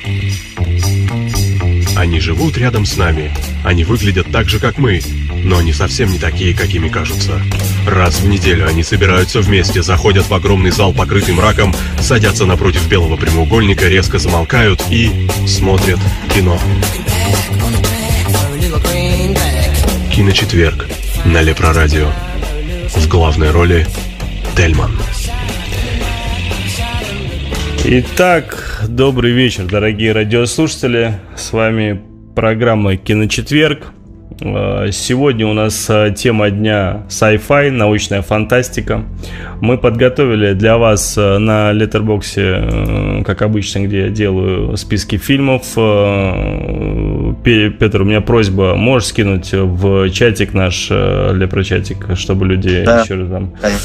Они живут рядом с нами. Они выглядят так же, как мы, но они совсем не такие, какими кажутся. Раз в неделю они собираются вместе, заходят в огромный зал, покрытый мраком, садятся напротив белого прямоугольника, резко замолкают и смотрят кино. Киночетверг на Лепрорадио. В главной роли Тельман. Итак, добрый вечер, дорогие радиослушатели. С вами программа «Киночетверг». Сегодня у нас тема дня sci-fi, научная фантастика. Мы подготовили для вас на Letterboxd, как обычно, где я делаю списки фильмов. Петр, у меня просьба, можешь скинуть в чатик наш, лепрочатик, чтобы люди еще раз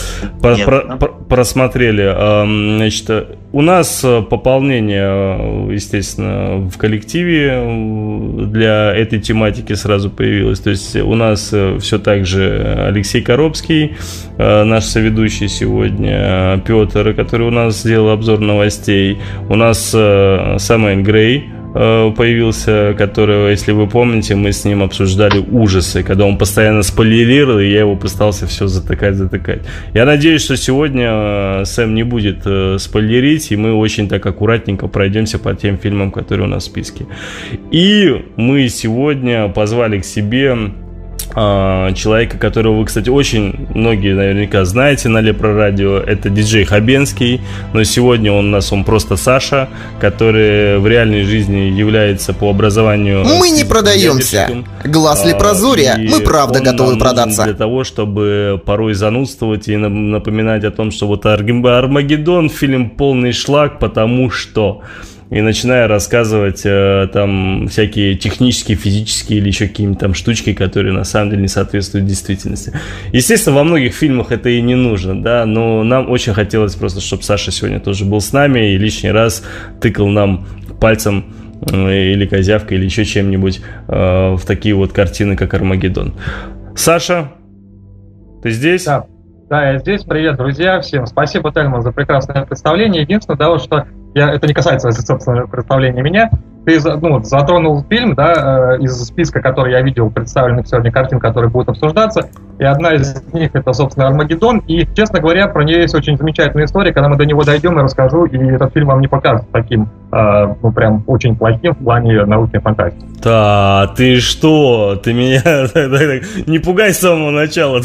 там просмотрели. Значит, у нас пополнение, естественно, в коллективе для этой тематики сразу появилось. То есть у нас все так же Алексей Коробский, наш соведущий сегодня, Петр, который у нас сделал обзор новостей. У нас Самуэль Грей появился, которого, если вы помните, мы с ним обсуждали ужасы, когда он постоянно спойлерил, и я его пытался все затыкать. Я надеюсь, что сегодня Сэм не будет спойлерить, и мы очень так аккуратненько пройдемся по тем фильмам, которые у нас в списке. И мы сегодня позвали к себе человека, которого вы, кстати, очень многие наверняка знаете на Лепрорадио. Это диджей Хабенский, но сегодня он просто Саша, который в реальной жизни является по образованию... Мы не продаемся. Глаз Лепрозория, мы правда готовы продаться. Для того, чтобы порой занудствовать и напоминать о том, что вот Армагеддон фильм полный шлак, потому что... И начиная рассказывать там всякие технические, физические или еще какие-нибудь там штучки, которые на самом деле не соответствуют действительности. Естественно, во многих фильмах это и не нужно, да, но нам очень хотелось просто, чтобы Саша сегодня тоже был с нами и лишний раз тыкал нам пальцем или козявкой, или еще чем-нибудь в такие вот картины, как Армагеддон. Саша, ты здесь? Да, я здесь. Привет, друзья, всем спасибо, Тельман, за прекрасное представление. Единственное, да, вот что это не касается, собственно, представления меня. Ты затронул фильм, да, из списка, который я видел, представленных сегодня картин, которые будут обсуждаться. И одна из них — это, собственно, «Армагеддон». И, честно говоря, про нее есть очень замечательная история. Когда мы до него дойдем, я расскажу, и этот фильм вам не покажется таким, прям очень плохим в плане научной фантастики. Да, ты что? Ты меня не пугай с самого начала.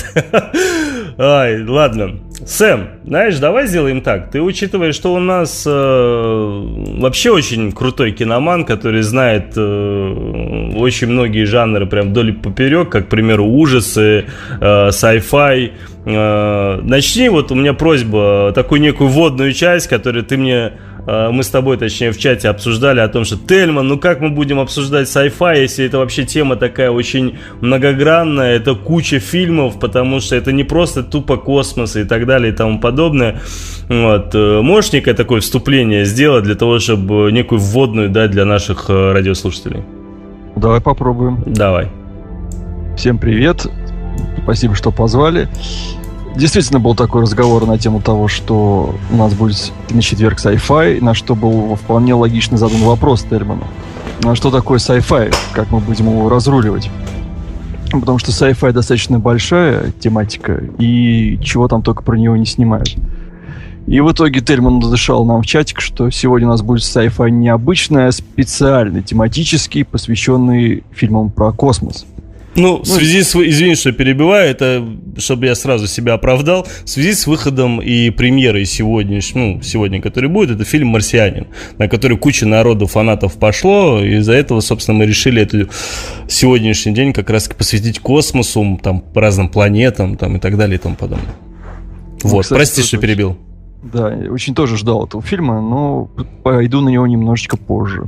Ай, ладно. Сэм, знаешь, давай сделаем так. Ты учитывая, что у нас вообще очень крутой киноман, который знает очень многие жанры прям вдоль и поперек, как, к примеру, ужасы, sci-fi. Начни, вот у меня просьба, такую некую вводную часть, которую ты мне... Мы с тобой, точнее, в чате обсуждали о том, что Тельман, ну как мы будем обсуждать sci-fi, если это вообще тема такая очень многогранная, это куча фильмов, потому что это не просто тупо космос и так далее и тому подобное. Вот. Можешь некое такое вступление сделать для того, чтобы некую вводную дать для наших радиослушателей? Давай попробуем. Давай. Всем привет. Спасибо, что позвали. Действительно был такой разговор на тему того, что у нас будет киночетверг sci-fi, на что был вполне логично задан вопрос Тельману. А что такое sci-fi? Как мы будем его разруливать? Потому что sci-fi достаточно большая тематика, и чего там только про него не снимают. И в итоге Тельман надышал нам в чатик, что сегодня у нас будет sci-fi не обычный, а специальный, тематический, посвященный фильмам про космос. Ну, в связи с... Извини, что перебиваю, это, чтобы я сразу себя оправдал. В связи с выходом и премьерой сегодня, который будет, это фильм «Марсианин», на который куча народу, фанатов пошло. И из-за этого, собственно, мы решили этот сегодняшний день как раз посвятить космосу, там, разным планетам, там, и так далее, и тому подобное. Вот, кстати, прости, что перебил. Да, я очень тоже ждал этого фильма, но пойду на него немножечко позже.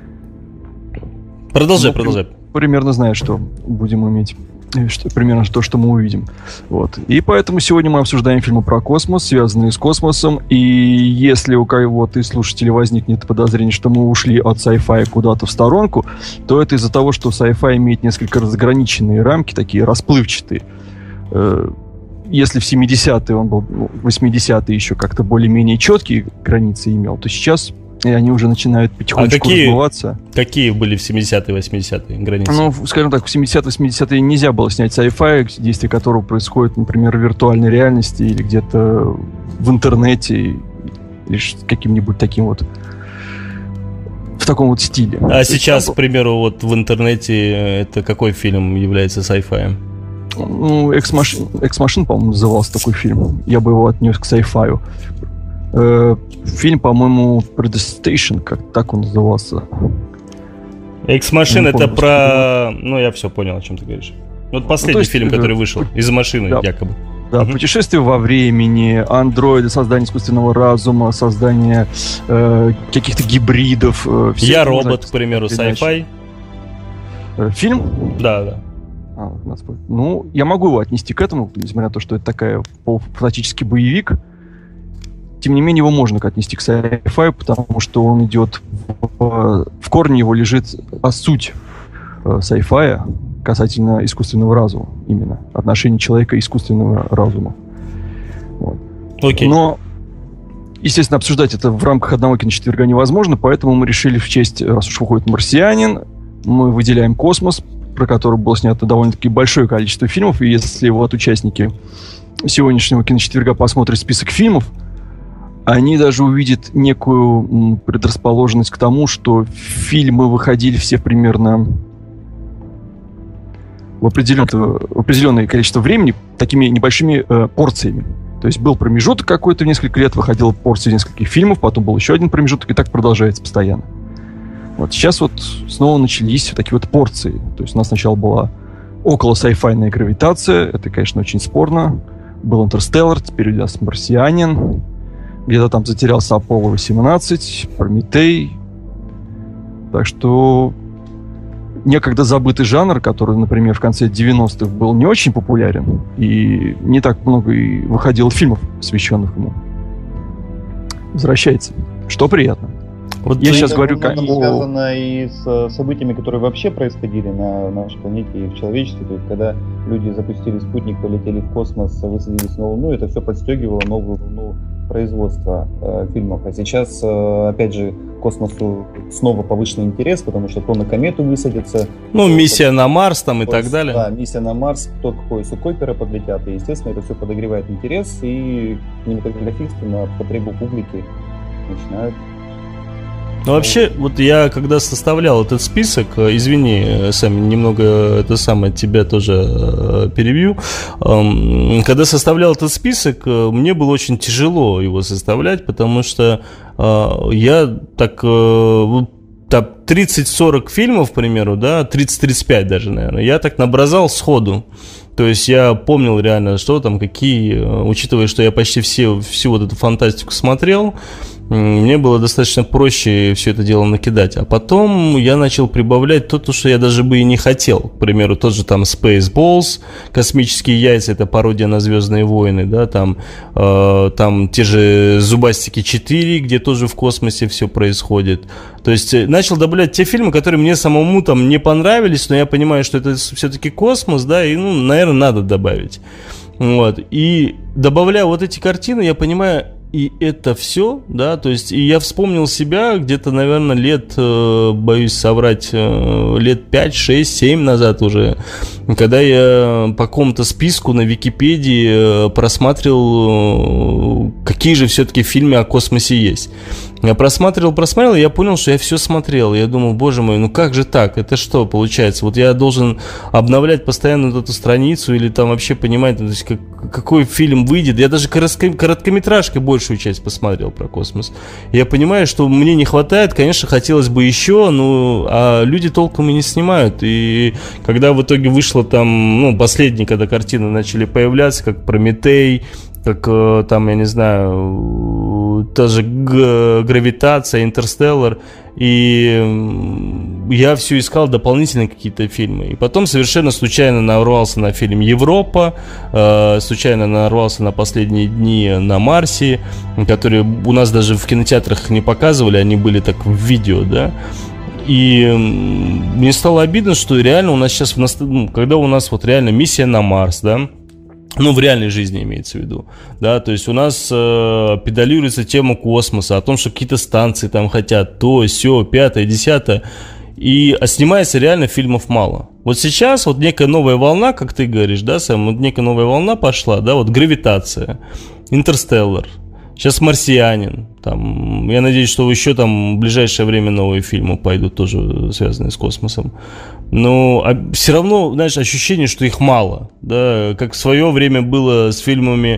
Продолжай. Примерно знаю, что будем иметь, примерно то, что мы увидим. Вот. И поэтому сегодня мы обсуждаем фильмы про космос, связанные с космосом. И если у кого-то из слушателей возникнет подозрение, что мы ушли от sci-fi куда-то в сторонку, то это из-за того, что sci-fi имеет несколько разграниченные рамки, такие расплывчатые. Если в 70-е он был, 80-е еще как-то более-менее четкие границы имел, то сейчас и они уже начинают потихонечку разбиваться. Какие были в 70-е, 80-е границы? Ну, скажем так, в 70-е, 80-е нельзя было снять sci-fi, действие которого происходит, например, в виртуальной реальности или где-то в интернете, или каким-нибудь таким вот, в таком вот стиле. А сейчас, к примеру, вот в интернете это какой фильм является sci-fi? Ну, Ex Machina, по-моему, назывался такой фильм. Я бы его отнес к sci-fi. Фильм, по-моему, Predestination, как так он назывался. Ex Machina это про... Ну, я все понял, о чем ты говоришь. Вот последний фильм, который вышел из машины, да, якобы. Да, путешествие во времени, андроиды, создание искусственного разума, создание каких-то гибридов. Я робот, к примеру, sci-fi. Фильм? Да. Ну, я могу его отнести к этому, несмотря на то, что это такая полуфантастический боевик. Тем не менее, его можно отнести к sci-fi, потому что он идет... В корне его лежит суть sci-fi касательно искусственного разума. Именно. Отношение человека и искусственного разума. Вот. Окей. Но, естественно, обсуждать это в рамках одного киночетверга невозможно, поэтому мы решили в честь, раз уж выходит «Марсианин», мы выделяем «Космос», про который было снято довольно-таки большое количество фильмов, и если вот участники сегодняшнего киночетверга посмотрят список фильмов, они даже увидят некую предрасположенность к тому, что фильмы выходили все примерно в определенное количество времени такими небольшими порциями. То есть был промежуток какой-то в несколько лет, выходила порция нескольких фильмов, потом был еще один промежуток, и так продолжается постоянно. Вот сейчас вот снова начались такие вот порции. То есть у нас сначала была около sci-fi гравитация, это, конечно, очень спорно. Был «Интерстеллар», теперь у нас «Марсианин». Где-то там затерялся «Аполло-18», «Прометей». Так что некогда забытый жанр, который, например, в конце 90-х был не очень популярен, и не так много и выходило фильмов, посвященных ему, возвращается, что приятно. Вот я сейчас говорю, как связано и с событиями, которые вообще происходили на нашей планете и в человечестве. То есть, когда люди запустили спутник, полетели в космос, высадились на Луну, это все подстегивало новую волну производства фильмов. А сейчас, опять же, к космосу снова повышенный интерес, потому что то на комету высадится. Ну, миссия на Марс там и так далее. Да, миссия на Марс, то к поясу Койпера подлетят. И, естественно, это все подогревает интерес, и кинематографисты на потребу публики начинают. Ну, вообще, вот я когда составлял этот список, извини, Сэм, немного это самое, тебя тоже перебью. Когда составлял этот список, мне было очень тяжело его составлять, потому что я так... 30-40 фильмов, к примеру, да, 30-35 даже, наверное, я так набросал сходу. То есть я помнил реально, что там, какие, учитывая, что я почти всю вот эту фантастику смотрел, мне было достаточно проще все это дело накидать. А потом я начал прибавлять то, что я даже бы и не хотел. К примеру, тот же там Spaceballs, космические яйца, это пародия на «Звездные войны», да, там те же «Зубастики 4», где тоже в космосе все происходит. То есть начал добавлять те фильмы, которые мне самому там не понравились, но я понимаю, что это все-таки космос, да, и, ну, наверное, надо добавить. Вот. И добавляя вот эти картины, я понимаю, и это все, да, то есть, и я вспомнил себя где-то, наверное, лет, боюсь соврать, лет 5, 6, 7 назад уже, когда я по какому-то списку на Википедии просматривал, какие же все-таки фильмы о космосе есть. Я просматривал, и я понял, что я все смотрел. Я думал, боже мой, ну как же так? Это что получается? Вот я должен обновлять постоянно вот эту страницу или там вообще понимать, то есть, какой фильм выйдет. Я даже короткометражкой большую часть посмотрел про космос. Я понимаю, что мне не хватает, конечно, хотелось бы еще, но а люди толком и не снимают. И когда в итоге вышло там, ну, последние, когда картины начали появляться, как «Прометей», как там, я не знаю, тоже «Гравитация», «Интерстеллар», и я все искал дополнительные какие-то фильмы. И потом совершенно случайно нарвался на фильм «Европа», случайно нарвался на «Последние дни на Марсе», которые у нас даже в кинотеатрах не показывали, они были так в видео, да. И мне стало обидно, что реально у нас сейчас, когда у нас вот реально миссия на Марс, да, Ну, в реальной жизни имеется в виду, да, то есть у нас педалируется тема космоса, о том, что какие-то станции там хотят, то, сё, 5-е, 10-е, а снимается реально фильмов мало. Вот сейчас вот некая новая волна, как ты говоришь, да, Сэм, вот некая новая волна пошла, да, вот «Гравитация», «Интерстеллар», сейчас «Марсианин», там, я надеюсь, что еще там в ближайшее время новые фильмы пойдут, тоже связанные с космосом. Но все равно, знаешь, ощущение, что их мало, да, как в свое время было с фильмами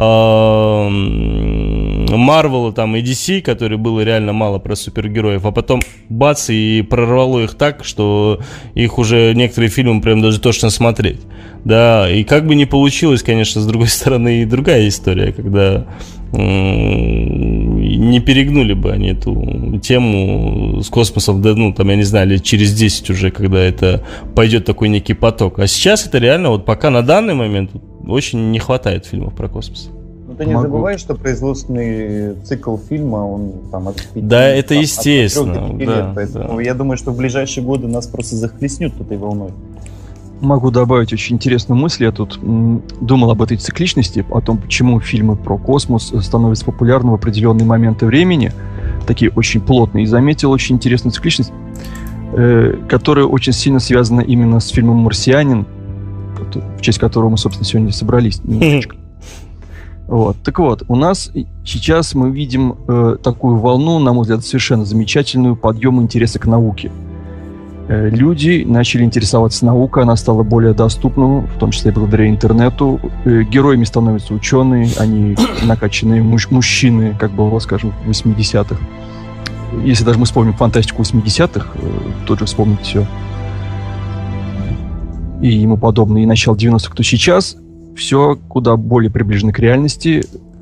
Марвела там и DC, которые было реально мало про супергероев, а потом бац, и прорвало их так, что их уже некоторые фильмы прям даже тошно смотреть, да, и как бы не получилось, конечно, с другой стороны и другая история, когда не перегнули бы они эту тему с космосом, да, ну, там, я не знаю, лет через 10 уже, когда это пойдет такой некий поток. А сейчас это реально, вот пока на данный момент очень не хватает фильмов про космос. Но ты не забывай, что производственный цикл фильма, он там от 5, да, это естественно. От 3 до 5 лет, поэтому я думаю, что в ближайшие годы нас просто захлестнет этой волной. Могу добавить очень интересную мысль. Я тут думал об этой цикличности, о том, почему фильмы про космос становятся популярны в определенные моменты времени, такие очень плотные, и заметил очень интересную цикличность, которая очень сильно связана именно с фильмом «Марсианин», в честь которого мы, собственно, сегодня собрались немножечко. Вот. Так вот, у нас сейчас мы видим такую волну, на мой взгляд, совершенно замечательную, подъем интереса к науке. Люди начали интересоваться наукой, она стала более доступна, в том числе благодаря интернету. Героями становятся ученые, они накачанные мужчины, как было, скажем, в 80-х. Если даже мы вспомним фантастику 80-х, тут же вспомнить все и ему подобное, и начало 90-х, то сейчас все куда более приближено к реальности.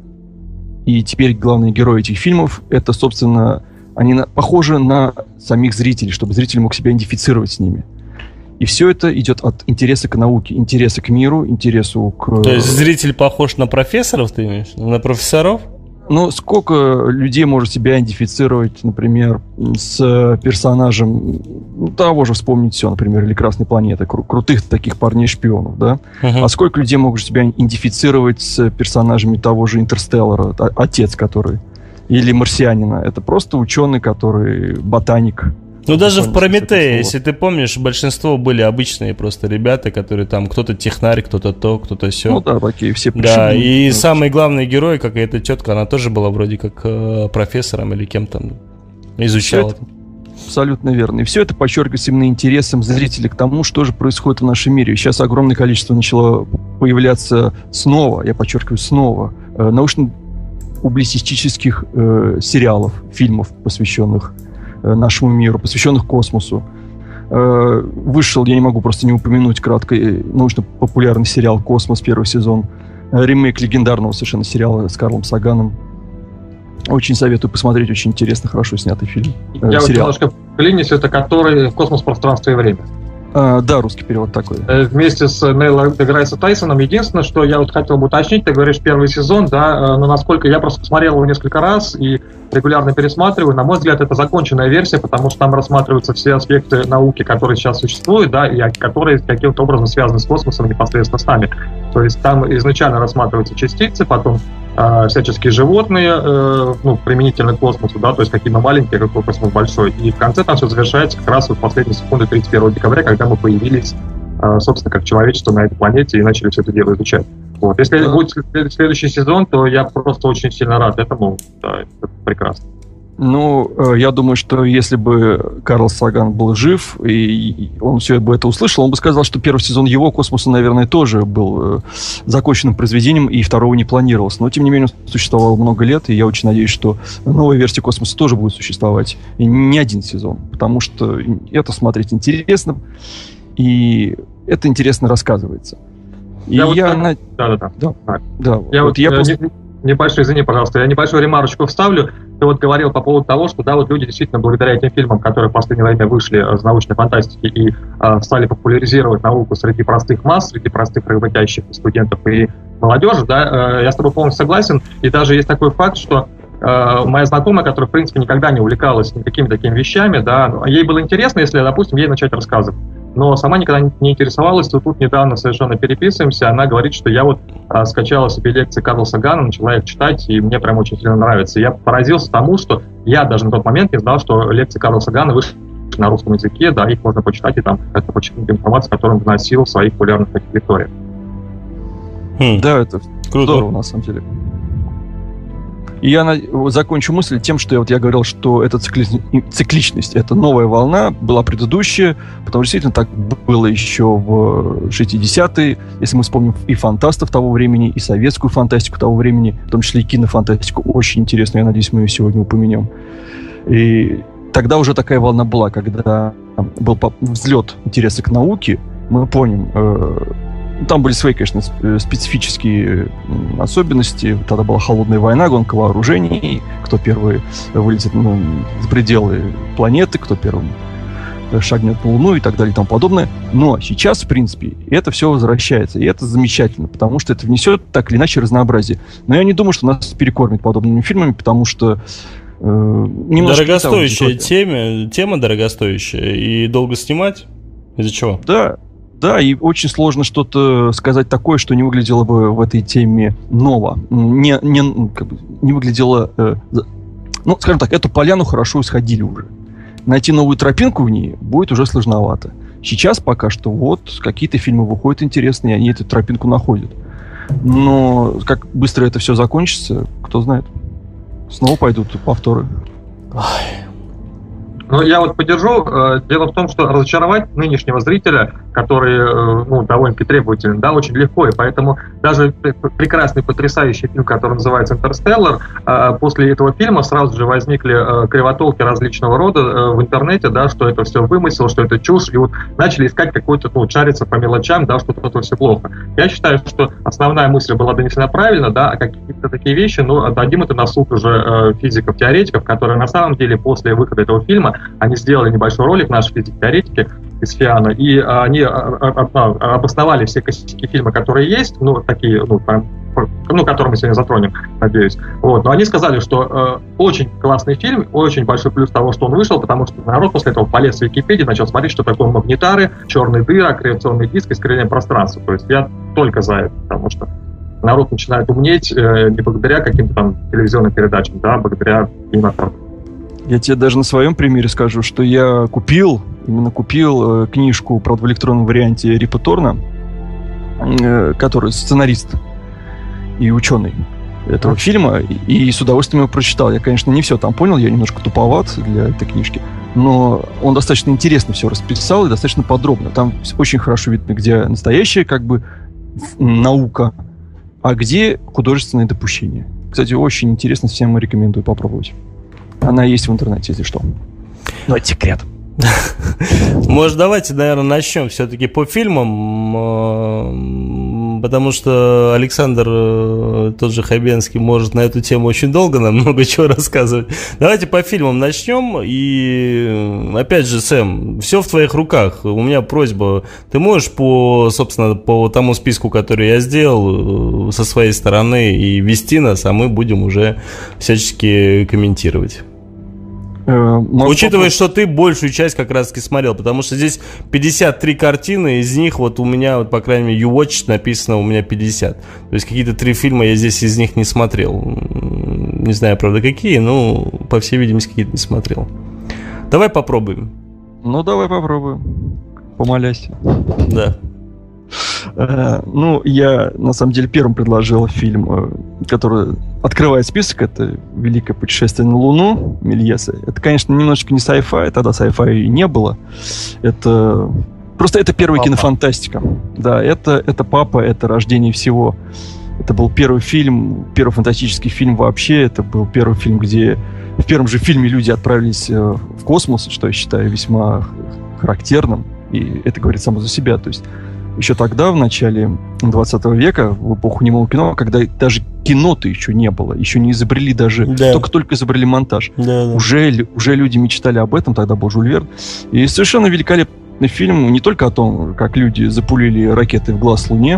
И теперь главные герои этих фильмов — это, собственно, они похожи на самих зрителей, чтобы зритель мог себя идентифицировать с ними. И все это идет от интереса к науке, интереса к миру, интересу к... То есть зритель похож на профессоров, ты имеешь? На профессоров? Ну, сколько людей может себя идентифицировать, например, с персонажем, того же вспомнить все, например, или «Красной планеты», крутых таких парней-шпионов, да? А сколько людей могут себя идентифицировать с персонажами того же «Интерстеллара», отец который... Или «Марсианина». Это просто ученый, который ботаник. Ну, даже в «Прометее», если ты помнишь, большинство были обычные просто ребята, которые там, кто-то технарь, кто-то то, кто-то сё. Ну да, такие все пришли. Да, и самый главный герой, как и эта тетка, она тоже была вроде как профессором или кем-то изучала. Абсолютно верно. И все это подчеркивается именно интересом зрителей к тому, что же происходит в нашем мире. Сейчас огромное количество начало появляться снова, я подчеркиваю, снова, научно-публицистических сериалов, фильмов, посвященных нашему миру, посвященных космосу. Вышел, я не могу просто не упомянуть кратко, научно-популярный сериал «Космос», первый сезон. Ремейк легендарного совершенно сериала с Карлом Саганом. Очень советую посмотреть, очень интересно, хорошо снятый фильм. Я вот немножко вклинюсь, это который «Космос, пространство и время». Да, русский перевод такой. Вместе с Нейлом Деграсса Тайсоном. Единственное, что я вот хотел бы уточнить, ты говоришь первый сезон, да, но насколько я просто посмотрел его несколько раз и регулярно пересматриваю, на мой взгляд, это законченная версия, потому что там рассматриваются все аспекты науки, которые сейчас существуют, да, и которые каким-то образом связаны с космосом непосредственно с нами. То есть там изначально рассматриваются частицы, потом всяческие животные, применительно к космосу, да, то есть какие мы маленькие, какой космос большой. И в конце там все завершается как раз в последние секунды 31 декабря, когда мы появились, собственно, как человечество на этой планете и начали все это дело изучать. Вот. Если будет следующий сезон, то я просто очень сильно рад этому. Да, это прекрасно. Ну, я думаю, что если бы Карл Саган был жив, и он все бы это услышал, он бы сказал, что первый сезон его «Космоса», наверное, тоже был законченным произведением, и второго не планировалось. Но, тем не менее, он существовал много лет, и я очень надеюсь, что новая версия «Космоса» тоже будет существовать. И не один сезон, потому что это смотреть интересно, и это интересно рассказывается. И небольшой, извини, пожалуйста, я небольшую ремарочку вставлю. Ты вот говорил по поводу того, что да, вот люди действительно благодаря этим фильмам, которые в последнее время вышли из научной фантастики и стали популяризировать науку среди простых масс, среди простых работящих студентов и молодежи, да, я с тобой полностью согласен. И даже есть такой факт, что моя знакомая, которая, в принципе, никогда не увлекалась никакими такими вещами, да, ей было интересно, если, допустим, ей начать рассказывать. но сама никогда не интересовалась, то тут недавно совершенно переписываемся, она говорит, что я вот скачала себе лекции Карла Сагана, начала их читать, и мне прям очень сильно нравится. Я поразился тому, что я даже на тот момент не знал, что лекции Карла Сагана вышли на русском языке, да, их можно почитать и там как-то почитать информацию, которую он вносил в своих популярных таких лекториях. Да, это здорово, на самом деле. И я закончу мысль тем, что я говорил, что эта цикличность, это новая волна, была предыдущая, потому что действительно так было еще в 60-е, если мы вспомним и фантастов того времени, и советскую фантастику того времени, в том числе и кинофантастику, очень интересно, я надеюсь, мы ее сегодня упомянем. И тогда уже такая волна была, когда был взлет интереса к науке, мы помним, там были свои, конечно, специфические особенности. Тогда была холодная война, гонка вооружений, кто первый вылетит за пределы планеты, кто первым шагнет на Луну и так далее и тому подобное. Но сейчас, в принципе, это все возвращается, и это замечательно, потому что это внесет так или иначе разнообразие. Но я не думаю, что нас перекормит подобными фильмами, потому что дорогостоящая тема дорогостоящая, и долго снимать? Из-за чего? Да, и очень сложно что-то сказать такое, что не выглядело бы в этой теме ново. Не выглядело... скажем так, эту поляну хорошо исходили уже. Найти новую тропинку в ней будет уже сложновато. Сейчас пока что вот какие-то фильмы выходят интересные, и они эту тропинку находят. Но как быстро это все закончится, кто знает. Снова пойдут повторы. Ну, я вот поддержу. Дело в том, что разочаровать нынешнего зрителя, который довольно-таки требователен, да, очень легко. И поэтому даже прекрасный, потрясающий фильм, который называется «Интерстеллар», после этого фильма сразу же возникли кривотолки различного рода в интернете, да, что это все вымысел, что это чушь. И вот начали искать какой-то, шариться по мелочам, да, что это все плохо. Я считаю, что основная мысль была донесена правильно, да, а какие-то такие вещи, отдадим это на суд уже физиков-теоретиков, которые на самом деле после выхода этого фильма они сделали небольшой ролик, наши физики-теоретики из ФИАНа, и они обосновали все косяки фильма, которые есть, которые мы сегодня затронем, надеюсь. Но они сказали, что очень классный фильм, очень большой плюс того, что он вышел, потому что народ после этого полез в Википедию, начал смотреть, что такое магнитары, черные дыры, аккреционный диск, искривление пространства. То есть я только за это, потому что народ начинает умнеть не благодаря каким-то там телевизионным передачам, да, благодаря кинематографу. Я тебе даже на своем примере скажу, что я купил книжку, правда, в электронном варианте Рипа Торна, который сценарист и ученый этого фильма, и с удовольствием его прочитал. Я, конечно, не все там понял, я немножко туповат для этой книжки, но он достаточно интересно все расписал и достаточно подробно. Там очень хорошо видно, где настоящая наука, а где художественное допущение. Кстати, очень интересно, всем рекомендую попробовать. Она есть в интернете, если что. Но это секрет. Может, давайте, наверное, начнем все-таки по фильмам, потому что Александр, тот же Хабенский, может на эту тему очень долго нам много чего рассказывать. Давайте по фильмам начнем. И, опять же, Сэм, все в твоих руках. У меня просьба. Ты можешь по тому списку, который я сделал, со своей стороны и вести нас, а мы будем уже всячески комментировать. Учитывая, что ты большую часть как раз-таки смотрел, потому что здесь 53 картины, из них вот у меня, по крайней мере, You Watched написано у меня 50. То есть какие-то 3 фильма я здесь из них не смотрел. Не знаю, правда, какие, но, по всей видимости, какие-то не смотрел. Давай попробуем. Давай попробуем. Помолясь. Да. Я, на самом деле, первым предложил фильм, который открывает список. Это «Великое путешествие на Луну» Мельеса. Это, конечно, немножечко не sci-fi, тогда sci-fi и не было. Это первая кинофантастика. Да, это «Папа», это «Рождение всего». Это был первый фантастический фильм вообще. Это был первый фильм, где в первом же фильме люди отправились в космос, что я считаю весьма характерным. И это говорит само за себя. То есть еще тогда, в начале 20 века, в эпоху немого кино, когда даже кино-то еще не было, еще не изобрели даже, только изобрели монтаж. Уже люди мечтали об этом, тогда был Жюль Верн. И совершенно великолепный фильм не только о том, как люди запулили ракеты в глаз Луне.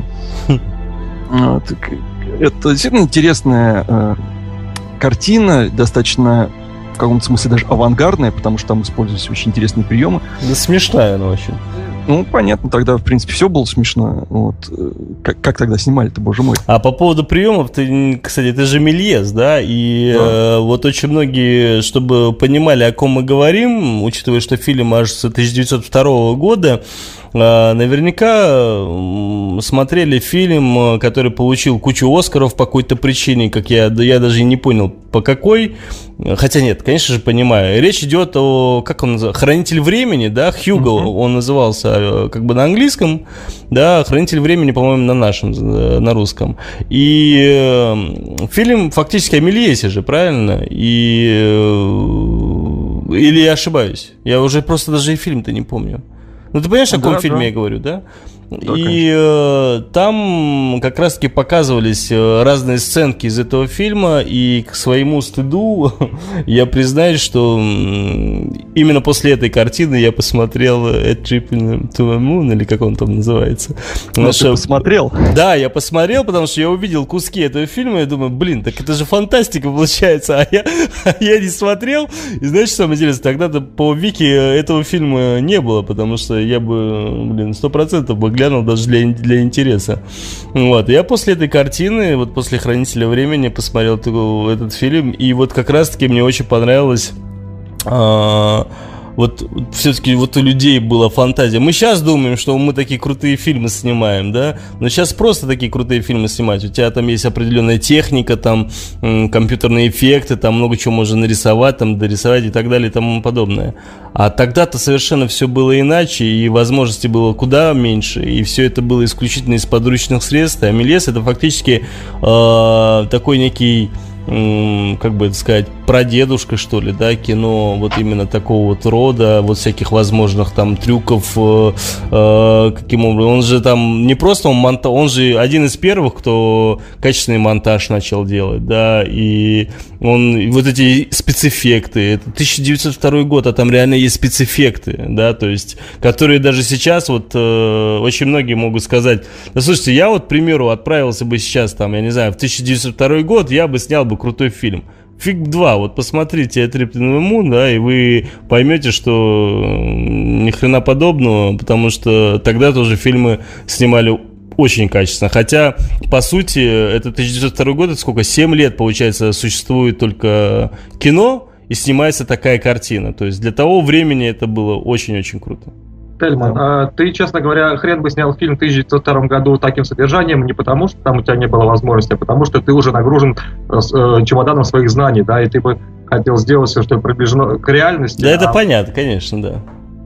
Это действительно интересная картина, достаточно, в каком-то смысле, даже авангардная, потому что там используются очень интересные приемы. Да, смешная она очень. Ну, понятно, тогда, в принципе, все было смешно. Вот. Как тогда снимали-то, боже мой? А по поводу приемов, кстати, ты же Мельес, да? И вот очень многие, чтобы понимали, о ком мы говорим, учитывая, что фильм аж с 1902 года, наверняка смотрели фильм, который получил кучу Оскаров по какой-то причине, как я даже не понял, по какой. Хотя нет, конечно же, понимаю. Речь идет о, как он называется, «Хранитель времени», да, Хьюго, он назывался как бы на английском, да, «Хранитель времени», по-моему, на нашем, на русском. И фильм фактически о Мельесе же, правильно? Или я ошибаюсь? Я уже просто даже и фильм-то не помню. Ну, ты понимаешь, о каком фильме я говорю, да? И там как раз-таки показывались разные сценки из этого фильма, и к своему стыду я признаюсь, что именно после этой картины я посмотрел A Trip to the Moon, или как он там называется. Ну, ты посмотрел? Да, я посмотрел, потому что я увидел куски этого фильма, и я думаю, блин, так это же фантастика получается, а я не смотрел. И знаешь, что самое интересное, тогда-то по Вики этого фильма не было, потому что я бы, 100% бы глянул даже для интереса. Вот. Я после этой картины, вот после «Хранителя времени» посмотрел этот фильм, и вот как раз-таки мне очень понравилось. Вот все-таки вот у людей была фантазия. Мы сейчас думаем, что мы такие крутые фильмы снимаем, да? Но сейчас просто такие крутые фильмы снимать. У тебя там есть определенная техника, там компьютерные эффекты, там много чего можно нарисовать, там дорисовать и так далее и тому подобное. А тогда-то совершенно все было иначе, и возможностей было куда меньше, и все это было исключительно из подручных средств. А Мельес — это фактически такой некий, как бы это сказать, прадедушка, что ли, да, кино вот именно такого вот рода, вот всяких возможных там трюков, каким образом, он же там не просто он же один из первых, кто качественный монтаж начал делать, да, и он, вот эти спецэффекты, это 1902 год, а там реально есть спецэффекты, да, то есть, которые даже сейчас вот очень многие могут сказать, да, слушайте, я вот, к примеру, отправился бы сейчас там, я не знаю, в 1902 год, я бы снял бы крутой фильм. Фиг 2, вот посмотрите A Trip to the Moon, да, и вы поймете, что ни хрена подобного, потому что тогда тоже фильмы снимали очень качественно. Хотя, по сути, это 1902 год, это сколько? 7 лет, получается, существует только кино, и снимается такая картина. То есть для того времени это было очень-очень круто. Тельман, ты, честно говоря, хрен бы снял фильм в 1902 году таким содержанием не потому, что там у тебя не было возможности, а потому что ты уже нагружен чемоданом своих знаний, да, и ты бы хотел сделать все, что приближено к реальности. Да, это понятно, конечно, да.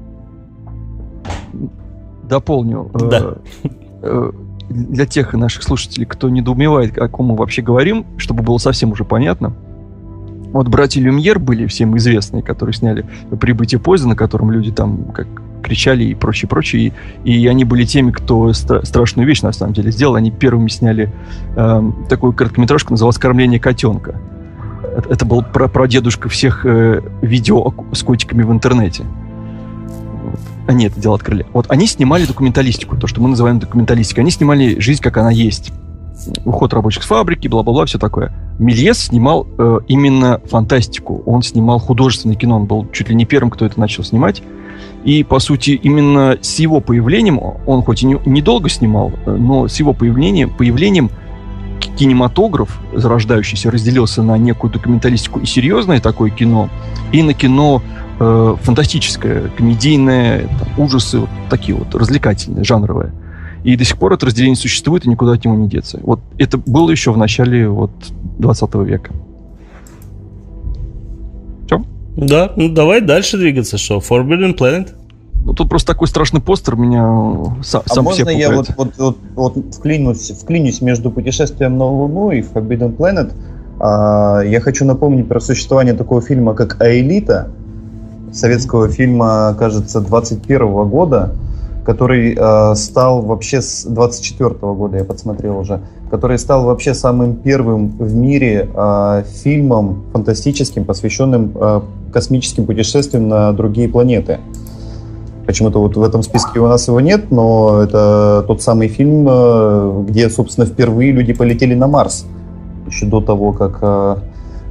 Дополню. Да. Для тех наших слушателей, кто недоумевает, о ком мы вообще говорим, чтобы было совсем уже понятно. Вот братья Люмьер были всем известные, которые сняли «Прибытие поезда», на котором люди там как кричали и прочее. И они были теми, кто страшную вещь на самом деле сделал. Они первыми сняли такую короткометражку, называлась «Кормление котенка». Это был прадедушка всех видео с котиками в интернете. Вот. Они это дело открыли. Вот они снимали документалистику, то, что мы называем документалистикой. Они снимали жизнь, как она есть. Уход рабочих с фабрики, бла-бла-бла, все такое. Мельес снимал именно фантастику. Он снимал художественное кино. Он был чуть ли не первым, кто это начал снимать. И, по сути, именно с его появлением, он хоть и недолго снимал, но с его появлением кинематограф зарождающийся разделился на некую документалистику и серьезное такое кино, и на кино фантастическое, комедийное, там, ужасы, вот такие вот, развлекательные, жанровые. И до сих пор это разделение существует, и никуда от него не деться. Вот это было еще в начале 20 века. Все? Да, ну давай дальше двигаться, что? Forbidden Planet? Ну, тут просто такой страшный постер меня сам можно все я вот вклинюсь между «Путешествием на Луну» и «Forbidden Planet»? Я хочу напомнить про существование такого фильма, как «Аэлита», советского фильма, кажется, 21 года, который стал вообще с 24 года, я подсмотрел уже, который стал вообще самым первым в мире фильмом фантастическим, посвященным космическим путешествиям на другие планеты. Почему-то вот в этом списке у нас его нет, но это тот самый фильм, где, собственно, впервые люди полетели на Марс. Еще до того, как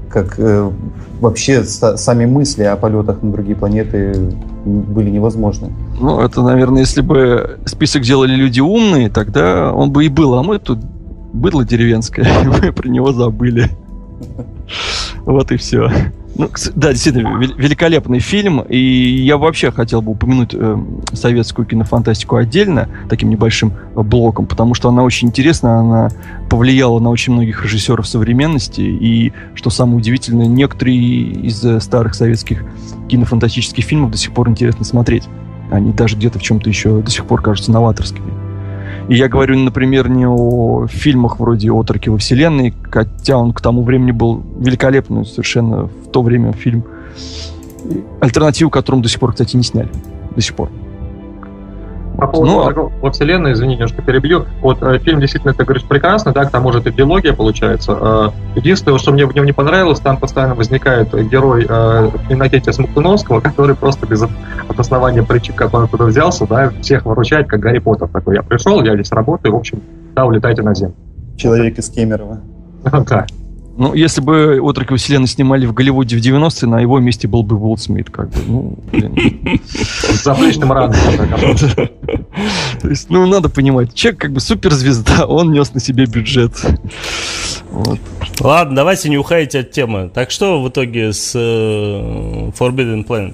как вообще сами мысли о полетах на другие планеты были невозможны. Ну, это, наверное, если бы список делали люди умные, тогда он бы и был, а мы тут быдло деревенское, и мы про него забыли. Вот и все. Ну, да, действительно, великолепный фильм, и я вообще хотел бы упомянуть советскую кинофантастику отдельно, таким небольшим блоком, потому что она очень интересна, она повлияла на очень многих режиссеров современности, и, что самое удивительное, некоторые из старых советских кинофантастических фильмов до сих пор интересно смотреть. Они даже где-то в чем-то еще до сих пор кажутся новаторскими. И я говорю, например, не о фильмах вроде «Отроки во вселенной», хотя он к тому времени был великолепный, совершенно в то время фильм, альтернативу которому до сих пор, кстати, не сняли. До сих пор. По поводу «Отроков во вселенной», извини, немножко перебью. Вот фильм действительно, ты говоришь, прекрасный, да, к тому же это диалогия получается. Единственное, что мне в нем не понравилось, там постоянно возникает герой Иннокентия Смоктуновского, который просто без основания причин, как он оттуда взялся, да, всех выручает, как Гарри Поттер такой. Я пришел, я здесь работаю, в общем, да, улетайте на землю. Человек из Кемерово. Да. Ну, если бы «Отроки во вселенной» снимали в Голливуде в 90-е, на его месте был бы Уилл Смит, как бы, ну, блин. С заплечным рангом. То есть, ну, надо понимать, человек как бы суперзвезда, он нес на себе бюджет. Вот. Ладно, давайте не уходите от темы. Так что в итоге с Forbidden Planet?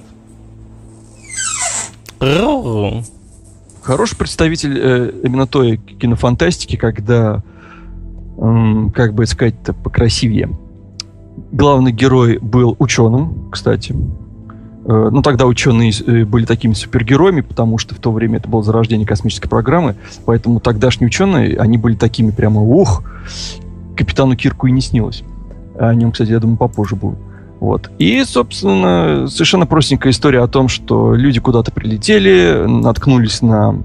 Хороший представитель именно той кинофантастики, когда, как бы сказать-то покрасивее, главный герой был ученым, кстати. Ну, тогда ученые были такими супергероями, потому что в то время это было зарождение космической программы, поэтому тогдашние ученые, они были такими прямо, капитану Кирку и не снилось. О нем, кстати, я думаю, попозже будет. Вот. И, собственно, совершенно простенькая история о том, что люди куда-то прилетели, наткнулись на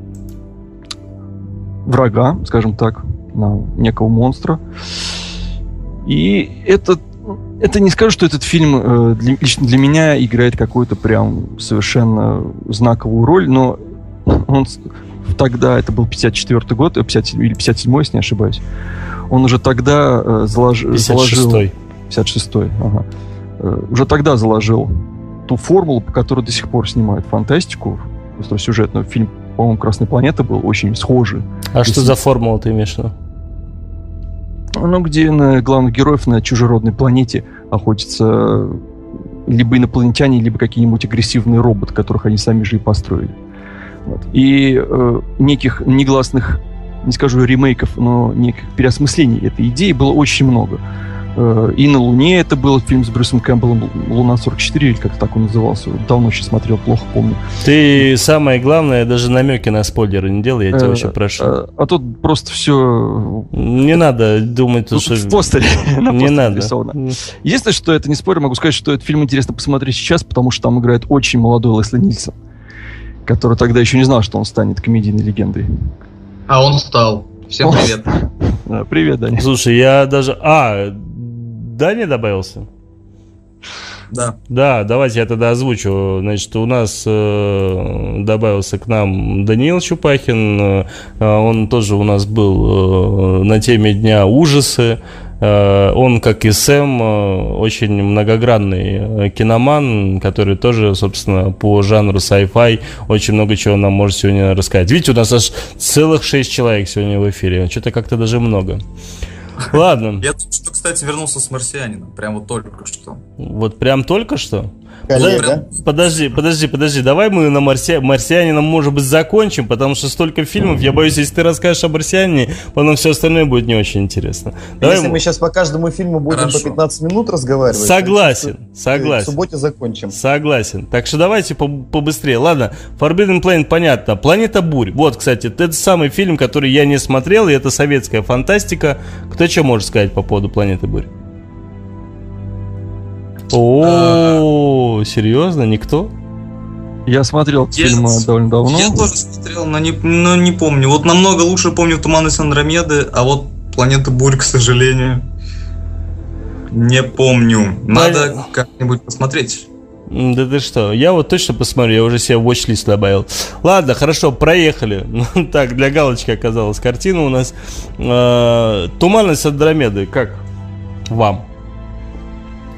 врага, скажем так, на некого монстра. И это не скажу, что этот фильм лично для меня играет какую-то прям совершенно знаковую роль, но он тогда, это был 54-й год, 57-й, если не ошибаюсь, он уже тогда заложил... 56-й, ага. Уже тогда заложил ту формулу, по которой до сих пор снимают фантастику, остросюжетную. Фильм, по-моему, «Красная планета» был очень схожий. А что за формула ты имеешь в виду? Ну, где на главных героев на чужеродной планете охотятся либо инопланетяне, либо какие-нибудь агрессивные роботы, которых они сами же и построили. Вот. И неких негласных, не скажу ремейков, но неких переосмыслений этой идеи было очень много. И на Луне это был фильм с Брюсом Кэмпбеллом, «Луна-44», или как так он назывался. Давно еще смотрел, плохо помню. Ты, самое главное, даже намеки на спойлеры не делай, я тебя очень прошу. А тут просто все... Не надо думать, что... В постере. Не надо. Единственное, что это не спорю, могу сказать, что этот фильм интересно посмотреть сейчас, потому что там играет очень молодой Лесли Нильсон, который тогда еще не знал, что он станет комедийной легендой. А он стал. Всем привет. Привет, Даня. Слушай, я даже... Даня добавился? Да. Да, давайте я тогда озвучу. Значит, у нас добавился к нам Даниил Чупахин. Он тоже у нас был на теме Дня ужасы. Он, как и Сэм, очень многогранный киноман, который тоже, собственно, по жанру sci-fi очень много чего нам может сегодня рассказать. Видите, у нас аж целых 6 человек сегодня в эфире. Что-то как-то даже много. Ладно. Я только что, кстати, вернулся с «Марсианином». Прям вот только что. Вот прям только что? Коллега. Подожди, давай мы на «Марсианином», может быть, закончим, потому что столько фильмов, я боюсь, если ты расскажешь о «Марсианине», потом все остальное будет не очень интересно. Если мы сейчас по каждому фильму будем по 15 минут разговаривать... Согласен. В субботе закончим. Согласен. Так что давайте побыстрее. Ладно, Forbidden Planet, понятно. «Планета бурь». Вот, кстати, это самый фильм, который я не смотрел, и это советская фантастика. Кто что может сказать по поводу «Планеты бурь»? О, серьезно? Никто? Я смотрел фильм довольно давно. Я тоже смотрел, но не помню. Вот намного лучше помню «Туманность Андромеды», а вот «Планета бурь», к сожалению, не помню. Надо как-нибудь посмотреть. Да ты что, я вот точно посмотрю, я уже себе в watch-лист добавил. Ладно, хорошо, проехали. Так, для галочки оказалась картина у нас. «Туманность Андромеды», как вам?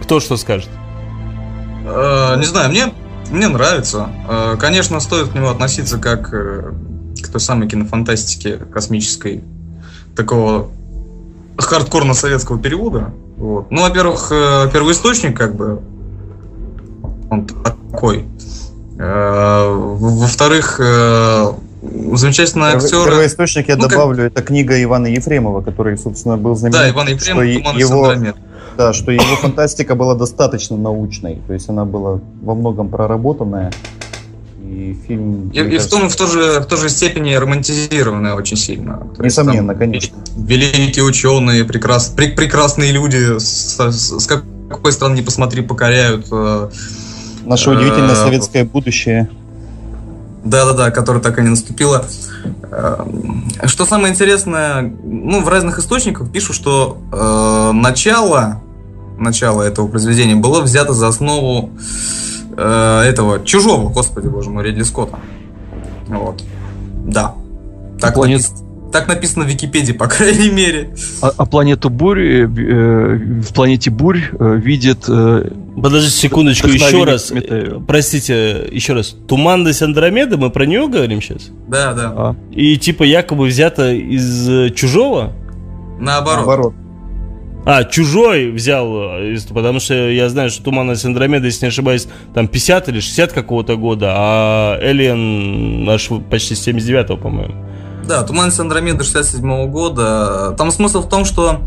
кто что скажет? Не знаю, мне нравится. Конечно, стоит к нему относиться как к той самой кинофантастике космической, такого хардкорно-советского перевода. Вот. Ну, во-первых, первоисточник, как бы, он такой. Во-вторых, замечательный актер. Первоисточник, я добавлю, это книга Ивана Ефремова, который, собственно, был знаменит. Да, Иван Ефремов, «Туман из Андромеды». Да, что его фантастика была достаточно научной, то есть она была во многом проработанная. И фильм... И в той же степени романтизированная очень сильно. Несомненно, конечно. Великие ученые, прекрасные люди, с какой стороны ни посмотри, покоряют... Наше удивительное советское будущее. Да, которое так и не наступило. Что самое интересное, в разных источниках пишут, что начало этого произведения было взято за основу этого «Чужого», господи боже мой, Ридли Скотта. Вот. Да. Так написано в Википедии, по крайней мере. А планету Бурь в «Планете Бурь» видит... Подождите секундочку, еще раз. Простите, еще раз. «Туман из Андромеды», мы про него говорим сейчас? Да. И типа якобы взято из «Чужого»? Наоборот. «Чужой» взял, потому что я знаю, что «Туман из Андромеды», если не ошибаюсь, там 50 или 60 какого-то года, а «Элиен» аж почти 79-го, по-моему. Да, «Туман из Андромеды» 67-го года. Там смысл в том, что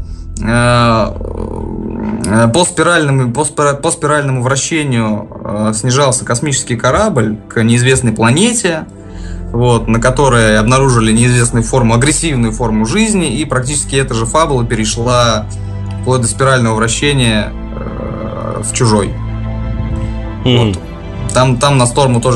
по спиральному вращению снижался космический корабль к неизвестной планете, вот, на которой обнаружили неизвестную форму, агрессивную форму жизни, и практически эта же фабула перешла вплоть до спирального вращения в «Чужой». Вот. Там на Сторму тоже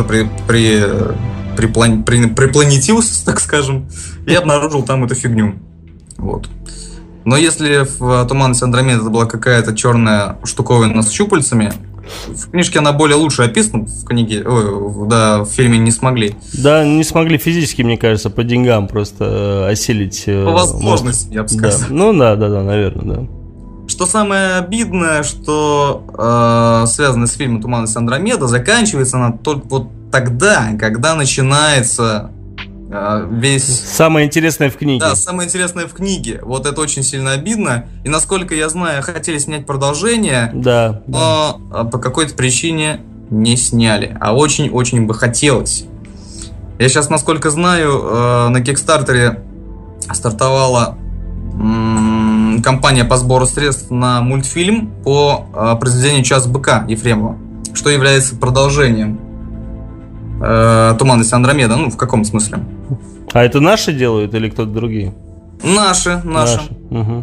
припланетился, так скажем, и обнаружил там эту фигню. Вот. Но если в «Туман из Андромеды» это была какая-то черная штуковина с щупальцами, в книжке она более лучше описана, в фильме не смогли. Да, не смогли физически, мне кажется, по деньгам просто осилить. По возможности, я бы сказал. Да. Наверное, да. Что самое обидное, что связанное с фильмом «Туман из Андромеды», заканчивается она только вот тогда, когда начинается весь... Самое интересное в книге. Да, самое интересное в книге. Вот это очень сильно обидно. И насколько я знаю, хотели снять продолжение, но по какой-то причине не сняли. А очень-очень бы хотелось. Я сейчас, насколько знаю, на Кикстартере стартовала кампания по сбору средств на мультфильм по произведению «Час быка» Ефремова, что является продолжением «Туман из Андромеды». В каком смысле? А это наши делают или кто-то другие? Наши. Угу.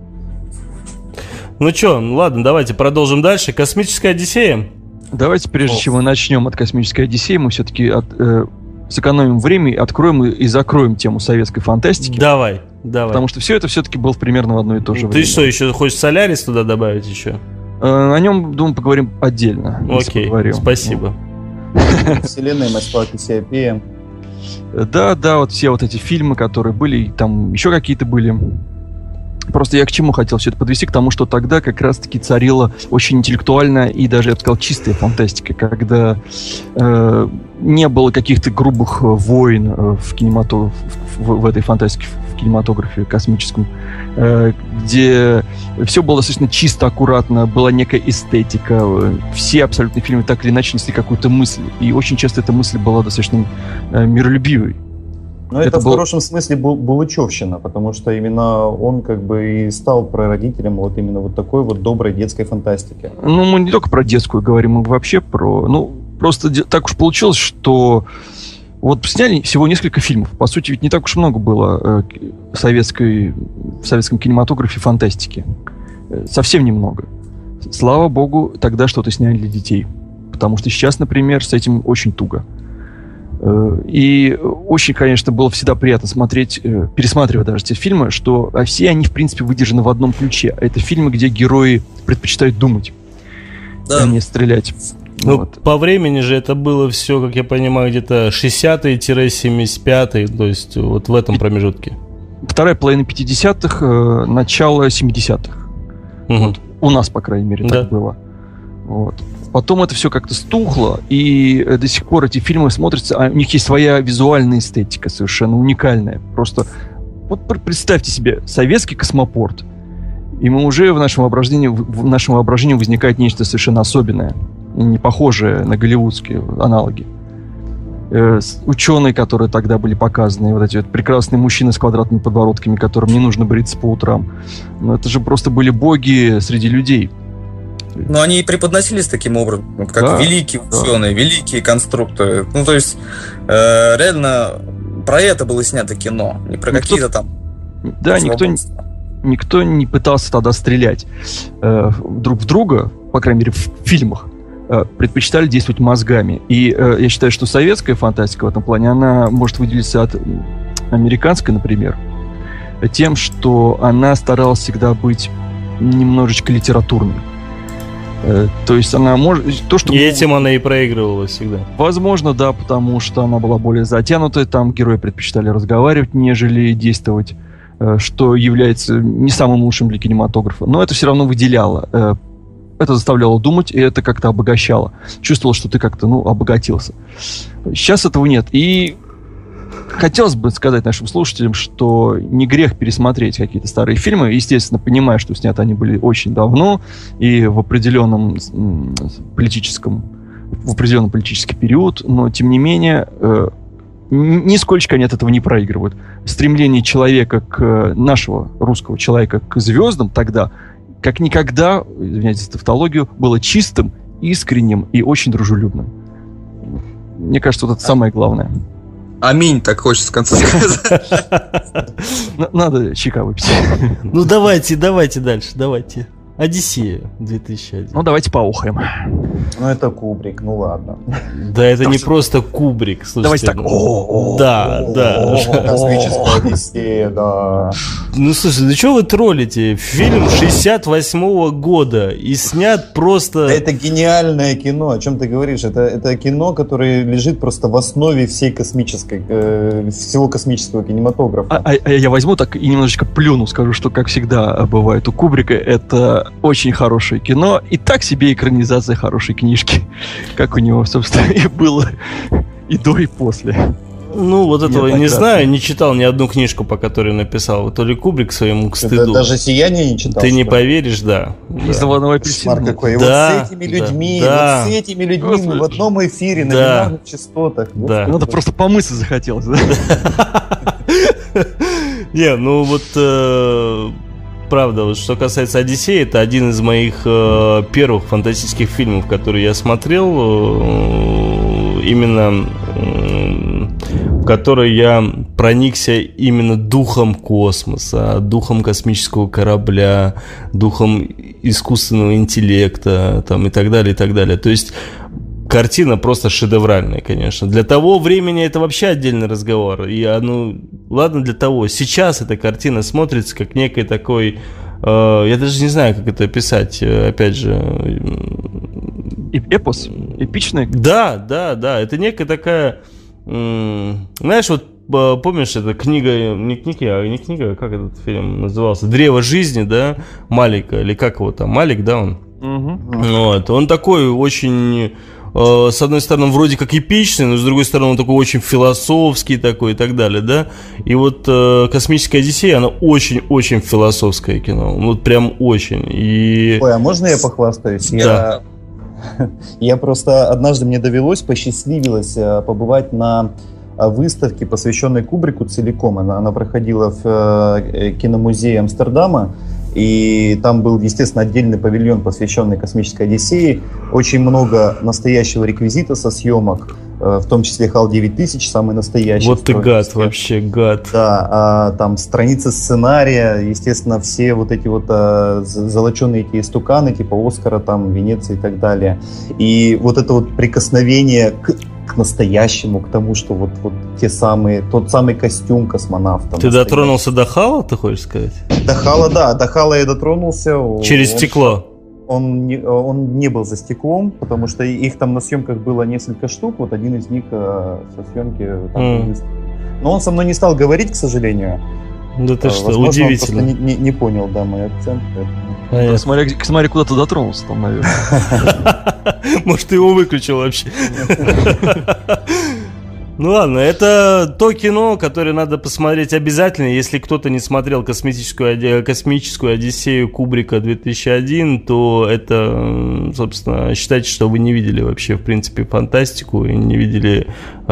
Ну что, ладно, давайте продолжим дальше. «Космическая Одиссея». Давайте, прежде чем мы начнем от «Космической Одиссеи», мы все-таки сэкономим время, откроем и закроем тему советской фантастики. Давай. Потому что все это все-таки было примерно в одно и то же время. Ты что, еще хочешь «Солярис» туда добавить еще? О нем, думаю, поговорим отдельно. Окей, спасибо. Вселенная, Москва, Кассиопея. Да, вот все вот эти фильмы, которые были, там еще какие-то были. Просто я к чему хотел все это подвести? К тому, что тогда как раз-таки царила очень интеллектуальная и даже, я бы сказал, чистая фантастика, когда не было каких-то грубых войн в этой фантастике, в кинематографе космическом, где все было достаточно чисто, аккуратно, была некая эстетика, все абсолютно фильмы так или иначе несли какую-то мысль, и очень часто эта мысль была достаточно миролюбивой. Но это в хорошем смысле булычевщина, потому что именно он как бы и стал прародителем вот именно вот такой вот доброй детской фантастики. Мы не только про детскую говорим, мы вообще про... просто так уж получилось, что вот сняли всего несколько фильмов. По сути, ведь не так уж много было в советском кинематографе фантастики. Совсем немного. Слава богу, тогда что-то сняли для детей. Потому что сейчас, например, с этим очень туго. И очень, конечно, было всегда приятно смотреть, пересматривать даже эти фильмы, что все они, в принципе, выдержаны в одном ключе. Это фильмы, где герои предпочитают думать, а не стрелять. По времени же это было все, как я понимаю, где-то 60-е-75-е, то есть вот в этом промежутке. Вторая половина 50-х, начало 70-х. Вот. У нас, по крайней мере, так было. Вот. Потом это все как-то стухло, и до сих пор эти фильмы смотрятся, у них есть своя визуальная эстетика, совершенно уникальная. Просто вот представьте себе советский космопорт, и мы уже в нашем воображении возникает нечто совершенно особенное, не похожее на голливудские аналоги. Ученые, которые тогда были показаны, вот эти вот прекрасные мужчины с квадратными подбородками, которым не нужно бриться по утрам. Но это же просто были боги среди людей. Но они и преподносились таким образом, как великие ученые, великие конструкторы. Ну, то есть, реально, про это было снято кино, не про какие-то там... Да, никто не пытался тогда стрелять друг в друга, по крайней мере, в фильмах. Предпочитали действовать мозгами. И я считаю, что советская фантастика в этом плане, она может выделиться от американской, например, тем, что она старалась всегда быть немножечко литературной. То есть она может... И этим она и проигрывала всегда. Возможно, да, потому что она была более затянутая, там герои предпочитали разговаривать, нежели действовать, что является не самым лучшим для кинематографа. Но это все равно выделяло. Это заставляло думать, и это как-то обогащало. Чувствовал, что ты как-то, обогатился. Сейчас этого нет. И хотелось бы сказать нашим слушателям, что не грех пересмотреть какие-то старые фильмы. Естественно, понимая, что сняты они были очень давно и в определенный политический период, но, тем не менее, нисколько они от этого не проигрывают. Стремление человека, нашего русского человека, к звездам тогда, как никогда, извиняюсь за тавтологию, было чистым, искренним и очень дружелюбным. Мне кажется, вот это самое главное. Аминь, так хочется в конце сказать. Надо чайка выпить. Ну давайте дальше, давайте. Одиссея 2001. Ну давайте поухаем. Ну это Кубрик, ну ладно. Да это не просто Кубрик, слушайте. Давайте так. Да. Космическая Одиссея, да. Ну слушай, ну что вы троллите? Фильм 68-го года и снят просто... Это гениальное кино, о чем ты говоришь? Это кино, которое лежит просто в основе всего космического кинематографа. А я возьму так и немножечко плюну, скажу, что, как всегда бывает у Кубрика, это очень хорошее кино и так себе экранизация хорошей книжки, как у него, собственно, и было и до, и после. Ну, вот этого я не знаю, не читал ни одну книжку, по которой написал то ли Кубрик своему к стыду. Даже «Сияние» не читал. Ты не поверишь, да. Кошмар какой. Да, вот с этими людьми мы в одном эфире на бинарных частотах. Да. Надо просто помыться захотелось, да? Не, ну вот... Правда, вот что касается «Одиссеи», это один из моих первых фантастических фильмов, которые я смотрел, именно в который я проникся именно духом космоса, духом космического корабля, духом искусственного интеллекта там, и так далее, и так далее. То есть картина просто шедевральная, конечно. Для того времени это вообще отдельный разговор. И ладно для того. Сейчас эта картина смотрится как некий такой... я даже не знаю, как это описать. Опять же... Эпос? Эпичный? Да. Это некая такая... знаешь, вот помнишь, это книга... Не книга, как этот фильм назывался? «Древо жизни», да? Малика, или как его там? Малик, да, он? Угу. Вот. Он такой очень... с одной стороны, вроде как эпичный, но с другой стороны, он такой очень философский такой и так далее, да? И вот «Космическая Одиссея», она очень-очень философское кино. Вот прям очень. Ой, а можно я похвастаюсь? Да. Я просто однажды мне посчастливилось побывать на выставке, посвященной Кубрику целиком. Она проходила в киномузее Амстердама. И там был, естественно, отдельный павильон, посвященный «Космической Одиссее». Очень много настоящего реквизита со съемок, в том числе HAL-9000, самый настоящий. Вот ты гад, вообще гад. Да, там страницы сценария, естественно, все вот эти вот золоченые эти истуканы, типа Оскара, там, Венеции и так далее. И вот это вот прикосновение к настоящему, к тому, что вот тот самый костюм космонавта. Ты дотронулся до Хала, ты хочешь сказать? До Хала я дотронулся. Через стекло? Он не был за стеклом, потому что их там на съемках было несколько штук, вот один из них со съемки там был. Но он со мной не стал говорить, к сожалению. Да ты что, удивительно. Он просто не понял, да, мой акцент. Да, смотри, куда ты дотронулся там, наверное. Может, ты его выключил вообще. Ну ладно, это то кино, которое надо посмотреть обязательно. Если кто-то не смотрел космическую Одиссею Кубрика 2001, то это, собственно, считайте, что вы не видели вообще, в принципе, фантастику и не видели...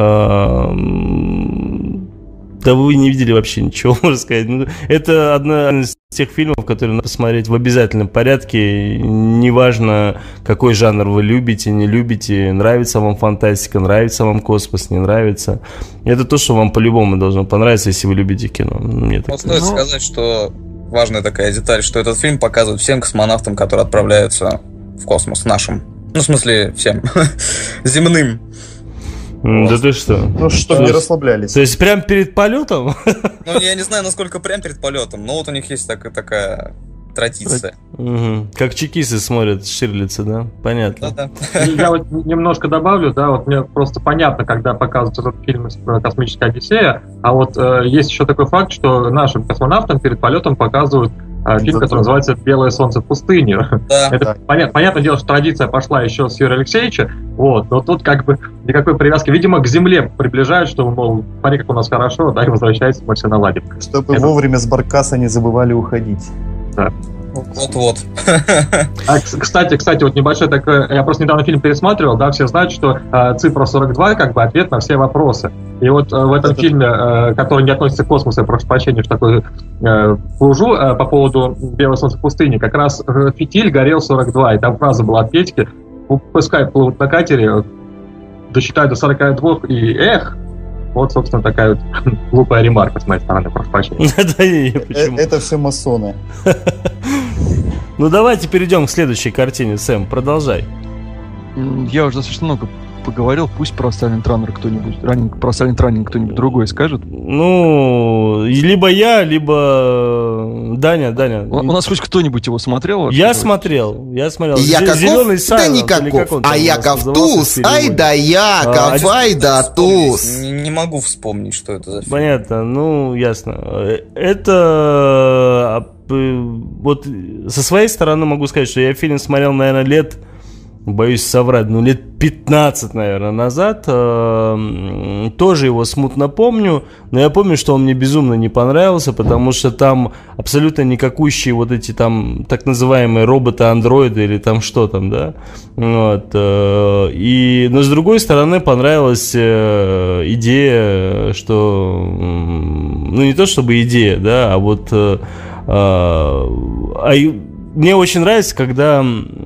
Да вы не видели вообще ничего, можно сказать. Это одна из тех фильмов, которые надо посмотреть в обязательном порядке. Неважно, какой жанр вы любите, не любите, нравится вам фантастика, нравится вам космос, не нравится. Это то, что вам по-любому должно понравиться, если вы любите кино. Стоит сказать, что важная такая деталь, что этот фильм показывает всем космонавтам, которые отправляются в космос, нашим. Ну, в смысле, всем. Земным. Да ты что? Ну, чтобы не расслаблялись. То есть прям перед полетом? Ну, я не знаю, насколько прям перед полетом, но вот у них есть такая традиция. Как чекисты смотрят Штирлица, да? Понятно. Да. Я вот немножко добавлю, да, вот мне просто понятно, когда показывают этот фильм «Космическая Одиссея», а вот есть еще такой факт, что нашим космонавтам перед полетом показывают фильм, который называется «Белое солнце в пустыне». Да. Это понятное дело, что традиция пошла еще с Юрия Алексеевича, вот, но тут как бы никакой привязки, видимо, к Земле приближают, что, мол, смотри, как у нас хорошо, да, и возвращается, мы все наладим. Чтобы вовремя с баркаса не забывали уходить. Да. Вот-вот. Кстати, вот небольшой такой... Я просто недавно фильм пересматривал, да, все знают, что цифра 42 как бы ответ на все вопросы. И вот в этом фильме, который не относится к космосу, я прошу прощения, что такое служу, по поводу «Белое солнце в пустыне», как раз фитиль горел 42, и там фраза была от Петьки: пускай плывут на катере, досчитают до 42, и эх! Вот, собственно, такая вот глупая ремарка с моей стороны, прошу прощения. Это все масоны. Ну, давайте перейдем к следующей картине, Сэм, продолжай. Я уже достаточно много поговорил, пусть про Silent Runner кто-нибудь, про Silent Runner кто-нибудь другой скажет. Ну, либо я, либо Даня. У нас хоть кто-нибудь его смотрел? Я смотрел. Яков, Зеленый Silent, да никаков, а Яков туз, ай да Яков, ай да туз. Не могу вспомнить, что это за фильм. Понятно, ну, ясно. Это... Вот со своей стороны могу сказать, что я фильм смотрел, наверное, лет... Боюсь соврать, лет 15, наверное, назад. Тоже его смутно помню. Но я помню, что он мне безумно не понравился, потому что там абсолютно никакущие вот эти там так называемые роботы-андроиды или там что там, да. Вот. Но с другой стороны понравилась идея, что... Ну, не то чтобы идея, да, а вот... Мне очень нравится, когда...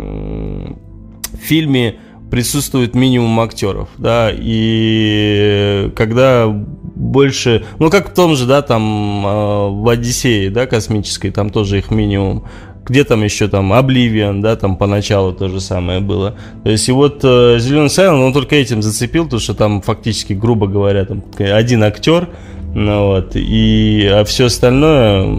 в фильме присутствует минимум актеров, да, и когда больше, ну, как в том же, да, там, в Одиссее, да, космической, там тоже их минимум, где там еще там Обливион, да, там поначалу то же самое было, то есть и вот Зеленый Silent, он только этим зацепил, потому что там фактически, грубо говоря, там один актер, ну, вот, а все остальное...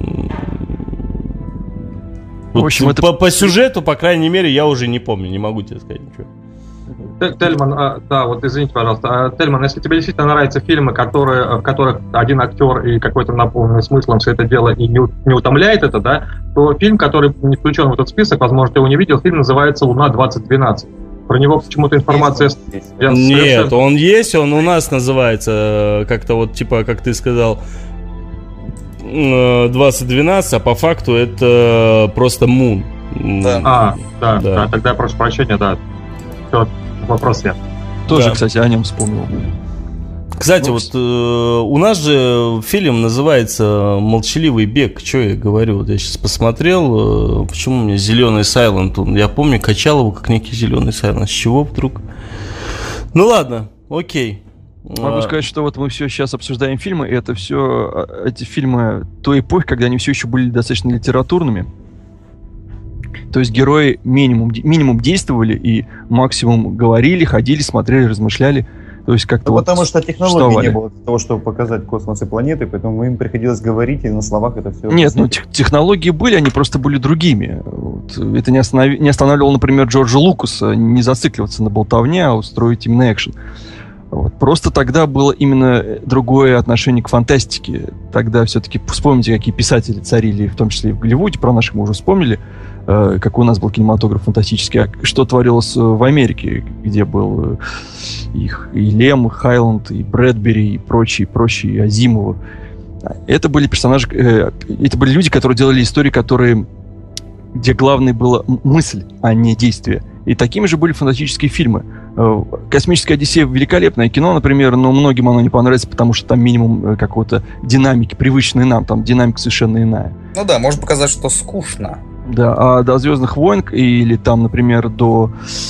В общем, это... по сюжету, по крайней мере, я уже не помню, не могу тебе сказать ничего. Тельман, да, вот извините, пожалуйста. Тельман, если тебе действительно нравятся фильмы, в которых один актер и какой-то наполненный смыслом все это дело и не утомляет это, да, то фильм, который не включен в этот список, возможно, ты его не видел, фильм называется «Луна-2012». Про него почему-то информация... Нет, он есть, он у нас называется как-то вот, типа, как ты сказал... 2012, а по факту это просто Moon. Да, тогда я прошу прощения, да. Все, вопрос нет. Тоже, кстати, о нем вспомнил. Кстати, вот у нас же фильм называется «Молчаливый бег». Что я говорю? Вот я сейчас посмотрел, почему у меня «Зеленый Silent». Я помню, качал его как некий «Зеленый Silent». С чего вдруг? Ну ладно, окей. Могу сказать, что вот мы все сейчас обсуждаем фильмы, и это все эти фильмы той эпохи, когда они все еще были достаточно литературными. То есть герои минимум действовали и максимум говорили, ходили, смотрели, размышляли. То есть как-то вот потому что технологий не было для того, чтобы показать космос и планеты, поэтому им приходилось говорить, и на словах это все... Нет, технологии были, они просто были другими. Вот. Это не останавливало, например, Джорджа Лукаса не зацикливаться на болтовне, а устроить именно экшен. Вот. Просто тогда было именно другое отношение к фантастике. Тогда все-таки вспомните, какие писатели царили, в том числе и в Голливуде, про наших мы уже вспомнили, какой у нас был кинематограф фантастический, а что творилось в Америке, где был их и Лем, и Хайланд, и Брэдбери, и прочие, Азимова. Это были персонажи, это были люди, которые делали истории, где главной была мысль, а не действие. И такими же были фантастические фильмы. «Космическая Одиссея» — великолепное кино, например, но многим оно не понравится, потому что там минимум какой-то динамики, привычной нам, там динамика совершенно иная. Ну да, может показать, что скучно. Да, а до «Звездных войн» или там, например, до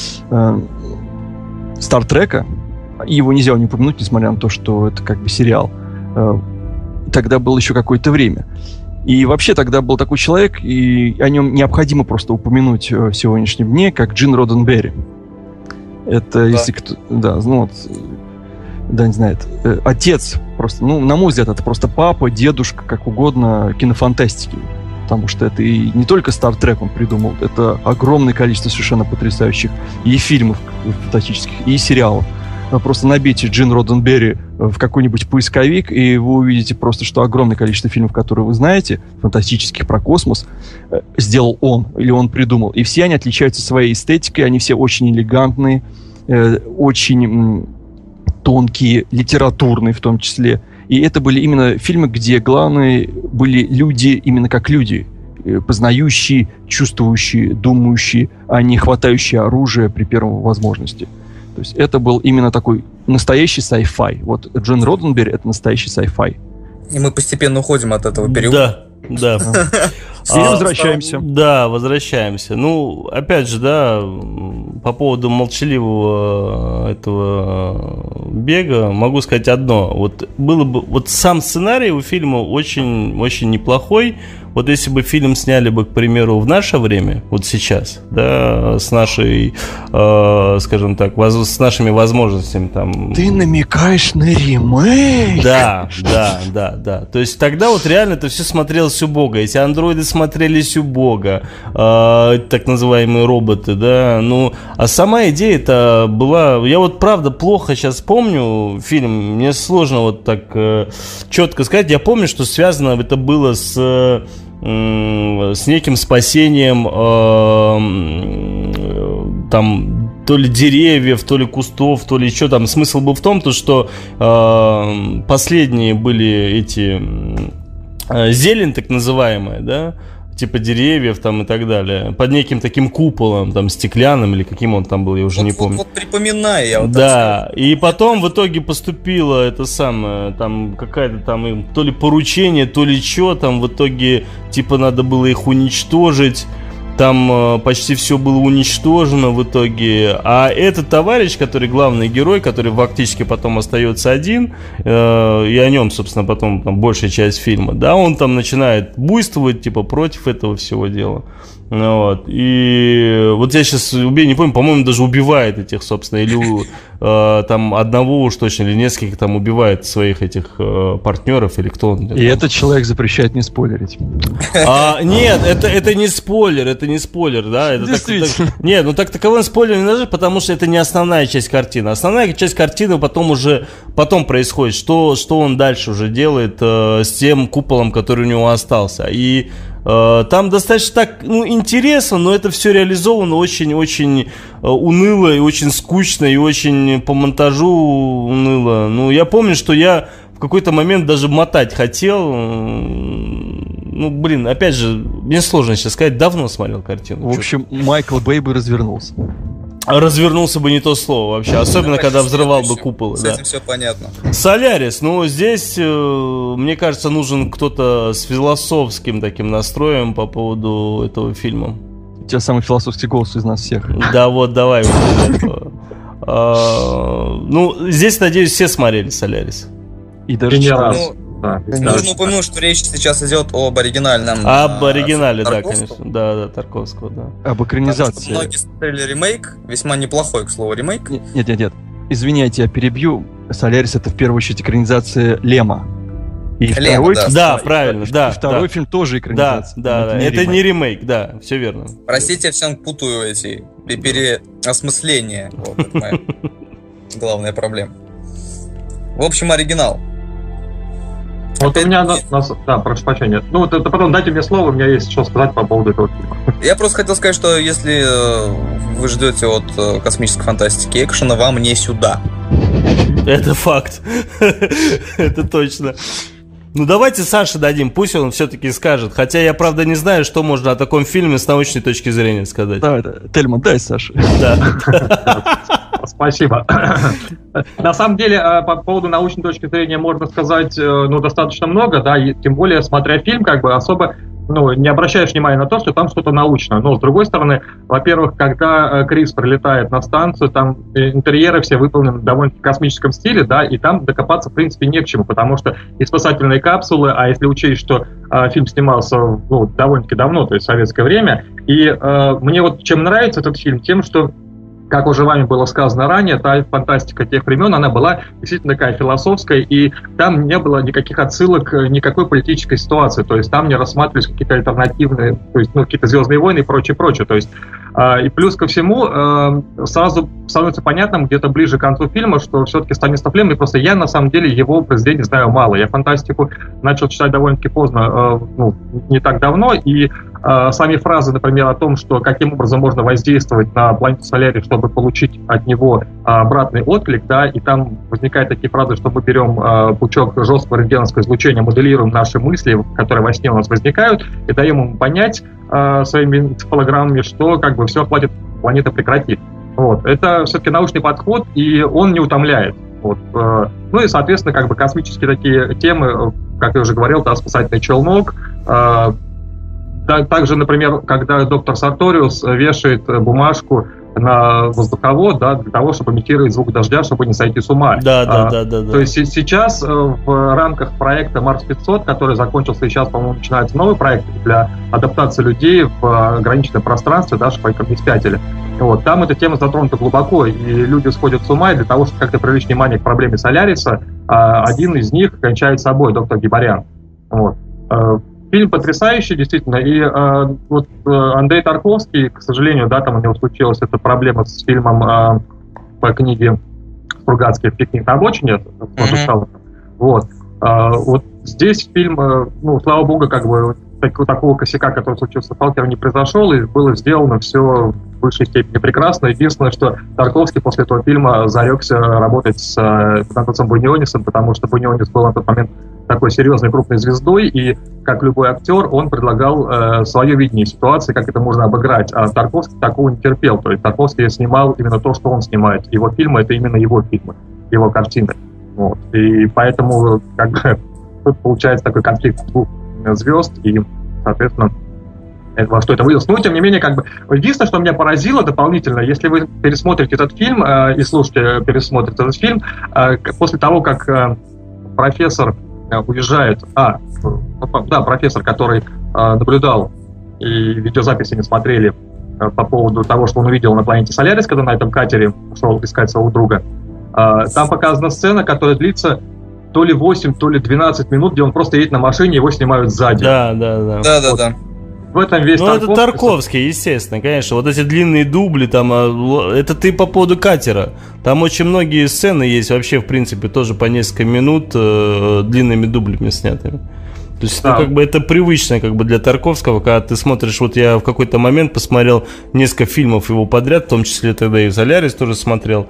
«Стартрека», его нельзя не упомянуть, несмотря на то, что это как бы сериал, тогда было еще какое-то время. И вообще тогда был такой человек, и о нем необходимо просто упомянуть в сегодняшнем дне, как Джин Роденберри. Это, да. Если кто... Да, ну вот... Да, не знает. Отец просто, ну, на мой взгляд, это просто папа, дедушка, как угодно, кинофантастики. Потому что это и не только Star Trek он придумал, это огромное количество совершенно потрясающих и фильмов фантастических, и сериалов. Просто набейте Джин Роденберри в какой-нибудь поисковик, и вы увидите просто, что огромное количество фильмов, которые вы знаете, фантастических про космос, сделал он, или он придумал. И все они отличаются своей эстетикой, они все очень элегантные, очень тонкие, литературные в том числе. И это были именно фильмы, где главные были люди именно как люди, познающие, чувствующие, думающие, а не хватающие оружие при первой возможности. То есть это был именно такой настоящий sci-fi. Вот Джин Роденберри — это настоящий sci-fi. И мы постепенно уходим от этого периода. Да. И возвращаемся. Да, возвращаемся. Ну, опять же, да, по поводу молчаливого этого бега могу сказать одно. Вот было бы, вот сам сценарий у фильма очень, очень неплохой. Вот если бы фильм сняли бы, к примеру, в наше время, вот сейчас, да, с нашей, скажем так, с нашими возможностями там. Ты намекаешь на ремейк? Да. То есть тогда вот реально это все смотрелось убого. Эти андроиды смотрелись убого, так называемые роботы, да. Ну, а сама идея-то была. Я вот правда плохо сейчас помню фильм. Мне сложно вот так четко сказать. Я помню, что связано это было с неким спасением там то ли деревьев, то ли кустов, то ли что там. Смысл был в том, что последние были эти зелень так называемая, да, типа деревьев там и так далее, под неким таким куполом, там, стеклянным или каким он там был, я уже не помню. Вот припоминаю я. Вот да, и потом в итоге поступило это самое, там, какая-то там им то ли поручение, то ли что, там в итоге, типа, надо было их уничтожить. Там почти все было уничтожено в итоге. А этот товарищ, который главный герой, который фактически потом остается один, и о нем, собственно, потом там большая часть фильма, да, он там начинает буйствовать, типа, против этого всего дела. Вот. И вот я сейчас не помню, по-моему, даже убивает этих, собственно, или там одного уж точно, или нескольких там убивает своих этих партнеров, или кто он. И этот человек запрещает не спойлерить. Нет, это не спойлер, да. Это действительно. Нет, ну так таковой спойлер не даже, потому что это не основная часть картины. Основная часть картины потом происходит, что он дальше уже делает с тем куполом, который у него остался. И там достаточно так, интересно, но это все реализовано очень-очень уныло и очень скучно, и очень по монтажу уныло. Ну, я помню, что я в какой-то момент даже мотать хотел. Опять же, мне сложно сейчас сказать, давно смотрел картину. В общем, Майкл Бэй бы развернулся. Развернулся бы не то слово вообще, особенно когда взрывал бы купол. С этим все понятно. Солярис, здесь, мне кажется, нужен кто-то с философским таким настроем по поводу этого фильма. У тебя самый философский голос из нас всех. Да, вот, давай. Здесь, надеюсь, все смотрели «Солярис». И даже не раз. Нужно упомянуть, что речь сейчас идет об оригинальном. Об оригинале, да, конечно. Да, Тарковского, да. Об экранизации. Многие смотрели ремейк, весьма неплохой, к слову, ремейк. Нет. Извиняйте, я перебью. «Солярис» — это в первую очередь экранизация Лема. И Лема, второй, да, правильно, да. Второй фильм тоже экранизация. Да, это не ремейк, да, все верно. Простите, я всем путаю эти переосмысления. Вот, это моя главная проблема. В общем, оригинал. Вот опять... у меня... Да, прошу прощения. Ну, вот это потом дайте мне слово, у меня есть что сказать по поводу этого фильма. Я просто хотел сказать, что если вы ждете от космической фантастики экшена, вам не сюда. Это факт. Это точно. Ну, давайте Саше дадим, пусть он все-таки скажет. Хотя я, правда, не знаю, что можно о таком фильме с научной точки зрения сказать. Давай, Тельман, дай Саше. Да. Спасибо. На самом деле, по поводу научной точки зрения можно сказать, ну, достаточно много, да, и тем более, смотря фильм, как бы особо, ну, не обращаешь внимания на то, что там что-то научное. Но, с другой стороны, во-первых, когда Крис прилетает на станцию, там интерьеры все выполнены в довольно космическом стиле, да, и там докопаться, в принципе, не к чему, потому что и спасательные капсулы, а если учесть, что фильм снимался, ну, довольно-таки давно, то есть в советское время, и мне вот чем нравится этот фильм, тем, что, как уже вами было сказано ранее, та фантастика тех времен, она была действительно такая философская, и там не было никаких отсылок, никакой политической ситуации, то есть там не рассматривались какие-то альтернативные, то есть, ну, какие-то «Звездные войны» и прочее, то есть, и плюс ко всему, сразу становится понятным где-то ближе к концу фильма, что все-таки Станислав Лем, просто я, на самом деле, его произведений знаю мало, я фантастику начал читать довольно-таки поздно, ну, не так давно, и сами фразы, например, о том, что каким образом можно воздействовать на планету Солярис, чтобы получить от него обратный отклик, да, и там возникают такие фразы, что мы берем пучок жесткого рентгеновского излучения, моделируем наши мысли, которые во сне у нас возникают, и даем ему понять своими энцефалограммами, что как бы все, хватит, планета прекратит. Вот. Это все-таки научный подход, и он не утомляет. Вот. Ну и, соответственно, как бы космические такие темы, как я уже говорил, да, спасательный челнок. Также, например, когда доктор Сарториус вешает бумажку на воздуховод, да, для того, чтобы имитировать звук дождя, чтобы не сойти с ума. Да. То есть сейчас в рамках проекта Марс-500, который закончился, и сейчас, по-моему, начинается новый проект для адаптации людей в ограниченном пространстве, да, чтобы они не спятили. Вот. Там эта тема затронута глубоко, и люди сходят с ума, и для того, чтобы как-то привлечь внимание к проблеме Соляриса, один из них кончает собой, доктор Гибарян. Вот. Фильм потрясающий, действительно, и вот Андрей Тарковский, к сожалению, да, там у него случилась эта проблема с фильмом по книге Стругацкий «Пикник на обочине», вот. Вот здесь фильм, ну, слава богу, как бы такого косяка, который случился с «Сталкером», не произошел, и было сделано все в высшей степени прекрасно. Единственное, что Тарковский после этого фильма зарекся работать с Игнатом Бунионисом, потому что Бунионис был на тот момент такой серьезной крупной звездой, и, как любой актер, он предлагал свое видение ситуации, как это можно обыграть, а Тарковский такого не терпел. То есть Тарковский снимал именно то, что он снимает. Его фильмы — это именно его фильмы, его картины. Вот. И поэтому как бы тут получается такой конфликт двух звезд, и, соответственно, во что это вылилось. Но, тем не менее, как бы, единственное, что меня поразило дополнительно, если вы пересмотрите этот фильм, и слушайте, пересмотрите этот фильм, после того, как профессор уезжает, профессор, который наблюдал, и видеозаписи не смотрели по поводу того, что он увидел на планете Солярис, когда на этом катере шел искать своего друга, там показана сцена, которая длится то ли 8, то ли 12 минут, где он просто едет на машине, его снимают сзади. Да. В этом весь Тарковский. Это Тарковский, естественно, конечно. Вот эти длинные дубли, там, это ты по поводу катера. Там очень многие сцены есть вообще, в принципе, тоже по несколько минут длинными дублями снятыми. То есть, да. Как бы это привычно как бы для Тарковского, когда ты смотришь, вот я в какой-то момент посмотрел несколько фильмов его подряд, в том числе тогда и «Солярис» тоже смотрел.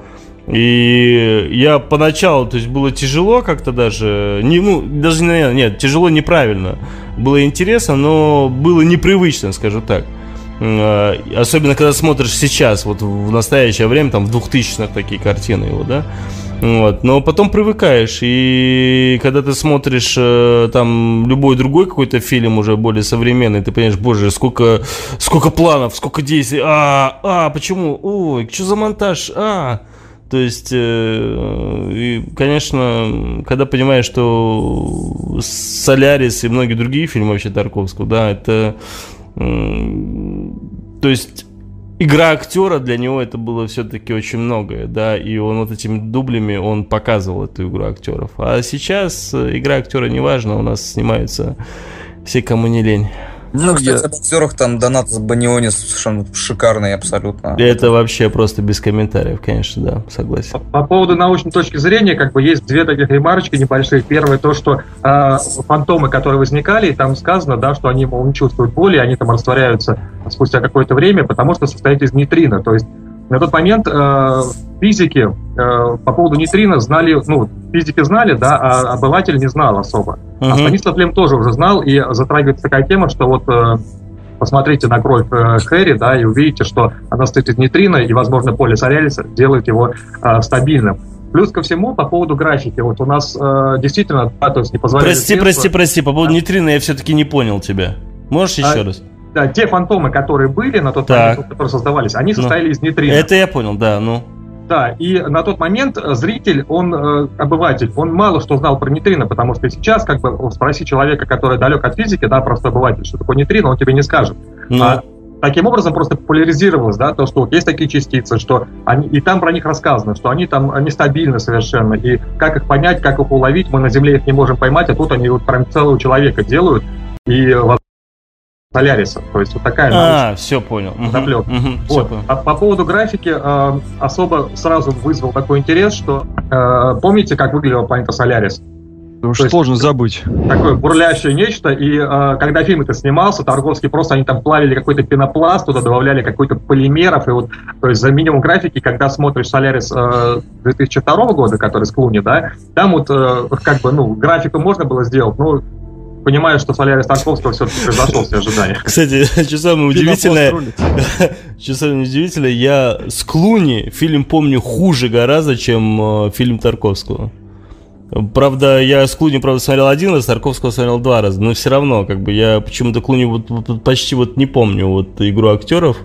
И я поначалу, то есть было тяжело как-то даже, нет, тяжело неправильно. Было интересно, но было непривычно, скажу так. Особенно, когда смотришь сейчас, вот в настоящее время, там, в 2000-х такие картины его, да. Вот. Но потом привыкаешь, и когда ты смотришь там любой другой какой-то фильм уже более современный, ты понимаешь, боже, сколько планов, сколько действий, почему, ой, что за монтаж, То есть, и, конечно, когда понимаешь, что «Солярис» и многие другие фильмы вообще Тарковского, да, это, то есть, игра актера для него это было все-таки очень многое, да, и он вот этими дублями, он показывал эту игру актеров. А сейчас игра актера не важна, у нас снимаются все, кому не лень. Ну, кстати, об актерах там Донатас Банионис совершенно шикарный абсолютно. Это вообще просто без комментариев, конечно, да, согласен. По поводу научной точки зрения, как бы есть две таких ремарочки небольшие. Первое, то, что фантомы, которые возникали, там сказано, да, что они, мол, не чувствуют боли, они там растворяются спустя какое-то время, потому что состоят из нейтрино. То есть на тот момент физики по поводу нейтрино знали, ну, физики знали, да, а обыватель не знал особо. А Станислав Лем тоже уже знал, и затрагивается такая тема, что вот посмотрите на кровь Хэри, да, и увидите, что она состоит из нейтрино, и, возможно, поле Соляриса делает его стабильным. Плюс ко всему, по поводу графики, вот у нас действительно, да, то есть не позволяет... Прости, по поводу нейтрино я все-таки не понял тебя. Можешь еще раз? Да, те фантомы, которые были на тот момент, которые создавались, они состояли из нейтрино. Это я понял, да, ну... Да, и на тот момент зритель, он, обыватель, он мало что знал про нейтрино, потому что сейчас, как бы, спроси человека, который далек от физики, да, просто обыватель, что такое нейтрино, он тебе не скажет. А таким образом просто популяризировалось, да, то, что вот есть такие частицы, что они, и там про них рассказано, что они там нестабильны совершенно, и как их понять, как их уловить, мы на Земле их не можем поймать, а тут они вот прям целого человека делают, и Соляриса, то есть вот такая все понял. Подоплёк. Вот. По поводу графики особо сразу вызвал такой интерес, что помните, как выглядела планета Солярис? Уж сложно забыть. Такое бурлящее нечто, и когда фильм это снимался, Тарковский просто, они там плавили какой-то пенопласт, туда добавляли какой-то полимеров, и вот, то есть за минимум графики, когда смотришь Солярис 2002 года, который с Клуни, да, там вот как бы, ну, графику можно было сделать, но понимаю, что Солярис Тарковского все-таки превзошел все ожидания. Кстати, что самое удивительное, я с Клуни фильм помню хуже гораздо, чем фильм Тарковского. Правда, я с Клуни, смотрел один раз, Тарковского смотрел 2 раза, но все равно, как бы, я почему-то Клуни вот почти вот не помню вот игру актеров.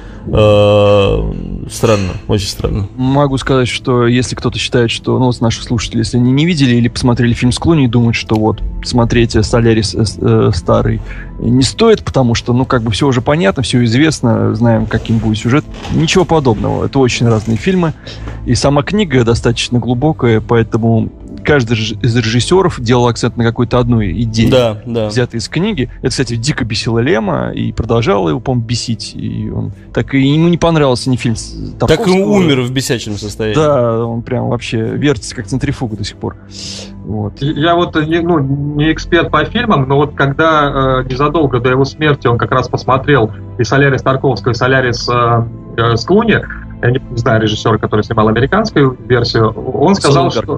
Странно, очень странно. Могу сказать, что если кто-то считает, что, ну, наши слушатели, если они не видели или посмотрели фильм с Клуни и думают, что вот, смотрите, Солярис старый, не стоит, потому что, ну, как бы все уже понятно, все известно, знаем, каким будет сюжет. Ничего подобного. Это очень разные фильмы. И сама книга достаточно глубокая, поэтому каждый из режиссеров делал акцент на какой-то одной идее, взятой из книги. Это, кстати, дико бесило Лема и продолжало его, по-моему, бесить. И он так и ему не понравился ни фильм Тарковского. Так и умер в бесячем состоянии. Да, он прям вообще вертится как центрифуга до сих пор. Вот. Я вот не эксперт по фильмам, но вот когда незадолго до его смерти он как раз посмотрел и Солярис Тарковского, и Солярис с Клуни, я не знаю режиссера, который снимал американскую версию, он сказал, что...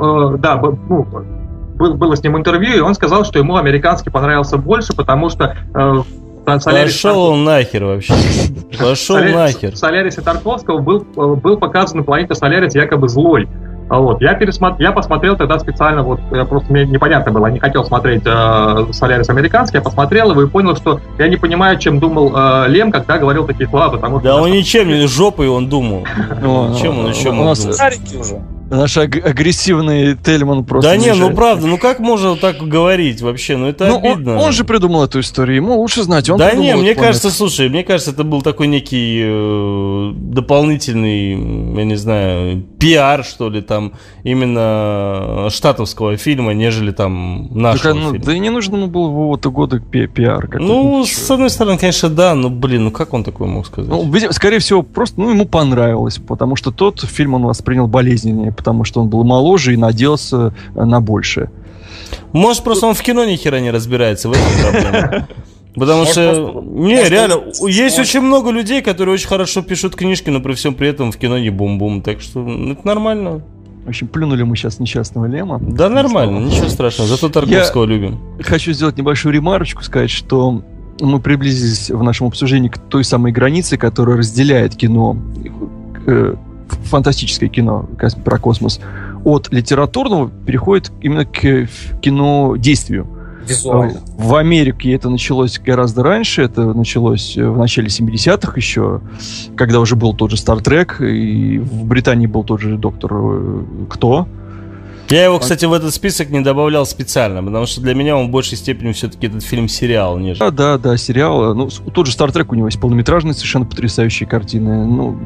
было с ним интервью, и он сказал, что ему американский понравился больше, потому что... Пошел он нахер вообще. Пошел нахер. В Солярисе Тарковского был показан планета Солярис якобы злой. Вот. Я посмотрел тогда специально, вот просто мне непонятно было, я не хотел смотреть Солярис американский, я посмотрел его и понял, что я не понимаю, чем думал Лем, когда говорил такие слова, потому что... Да он ничем, не жопой он думал. Чем он еще мог думать? Наш агрессивный Тельман просто... Да не, ну правда, ну как можно так говорить вообще? Ну это обидно. Он же придумал эту историю, ему лучше знать. Да не, мне кажется, слушай, мне кажется, это был такой некий дополнительный, я не знаю, пиар, что ли, там, именно штатовского фильма, нежели там нашего фильма. Да и не нужно ему было в его-то годы пиар. Ну, с одной стороны, конечно, да, но, блин, ну как он такое мог сказать? Ну, скорее всего, просто, ему понравилось, потому что тот фильм он воспринял болезненнее, потому что он был моложе и надеялся на большее. Может, просто он в кино ни хера не разбирается, в этом проблема. Потому что, реально, есть очень много людей, которые очень хорошо пишут книжки, но при всем при этом в кино не бум-бум, так что это нормально. В общем, плюнули мы сейчас несчастного Лема. Да нормально, ничего страшного, зато Тарковского любим. Хочу сделать небольшую ремарочку, сказать, что мы приблизились в нашем обсуждении к той самой границе, которая разделяет кино, фантастическое кино про космос, от литературного переходит именно к кинодействию. Визуально. В Америке это началось гораздо раньше, это началось в начале 70-х еще, когда уже был тот же Star Trek, и в Британии был тот же Доктор Кто. Я его, кстати, в этот список не добавлял специально, потому что для меня он в большей степени все-таки этот фильм сериал, нежели... Да, сериал. Ну, тот же Star Trek, у него есть полнометражные совершенно потрясающие картины. Ну,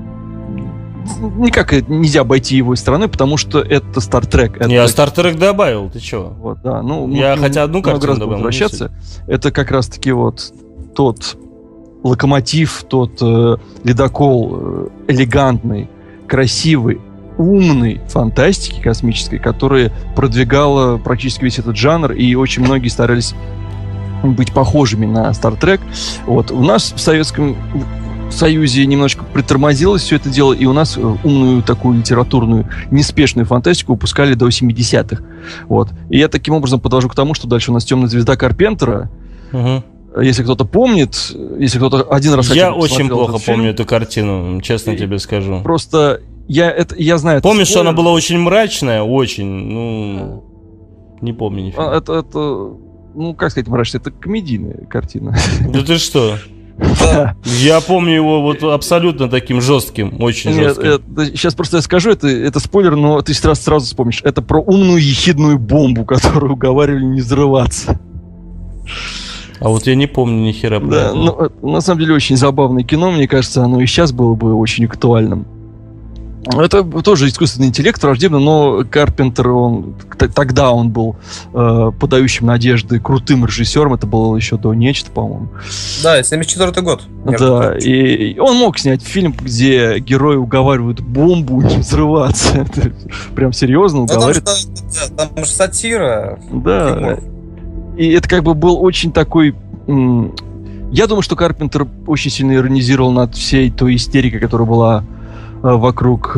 никак нельзя обойти его стороной, потому что это Star Trek. Я Star Trek добавил, ты чего? Вот, да. Ну, я хотя одну картину добавил. Возвращаться. Это как раз-таки вот тот локомотив, тот ледокол элегантный, красивый, умной фантастики космической, которая продвигала практически весь этот жанр, и очень многие старались быть похожими на Star Trek. Вот. У нас в Советском Союзе немножко притормозилось все это дело, и у нас умную такую литературную неспешную фантастику выпускали до 70-х. Вот. И я таким образом подвожу к тому, что дальше у нас «Темная звезда» Карпентера. Если кто-то помнит, если кто-то один раз... Я очень плохо помню эту картину, честно тебе скажу. Просто я знаю... Помнишь, что она была очень мрачная? Очень, не помню нифига. Это, как сказать мрачная? Это комедийная картина. Да ты что? Я помню его вот абсолютно таким жестким, очень жестким. Сейчас просто я скажу, это спойлер, но ты сразу вспомнишь. Это про умную ехидную бомбу, которую уговаривали не взрываться. А вот я не помню ни хера про это. Ну, на самом деле очень забавное кино, мне кажется, оно и сейчас было бы очень актуальным. Это тоже искусственный интеллект враждебно, но Карпентер, тогда он был подающим надежды крутым режиссером, это было еще до «Нечто», по-моему. Да, 74-й год. Да, и он мог снять фильм, где герои уговаривают бомбу не взрываться. Это прям серьезно уговаривают. Там же сатира. Да, и это как бы был очень такой... Я думаю, что Карпентер очень сильно иронизировал над всей той истерикой, которая была вокруг...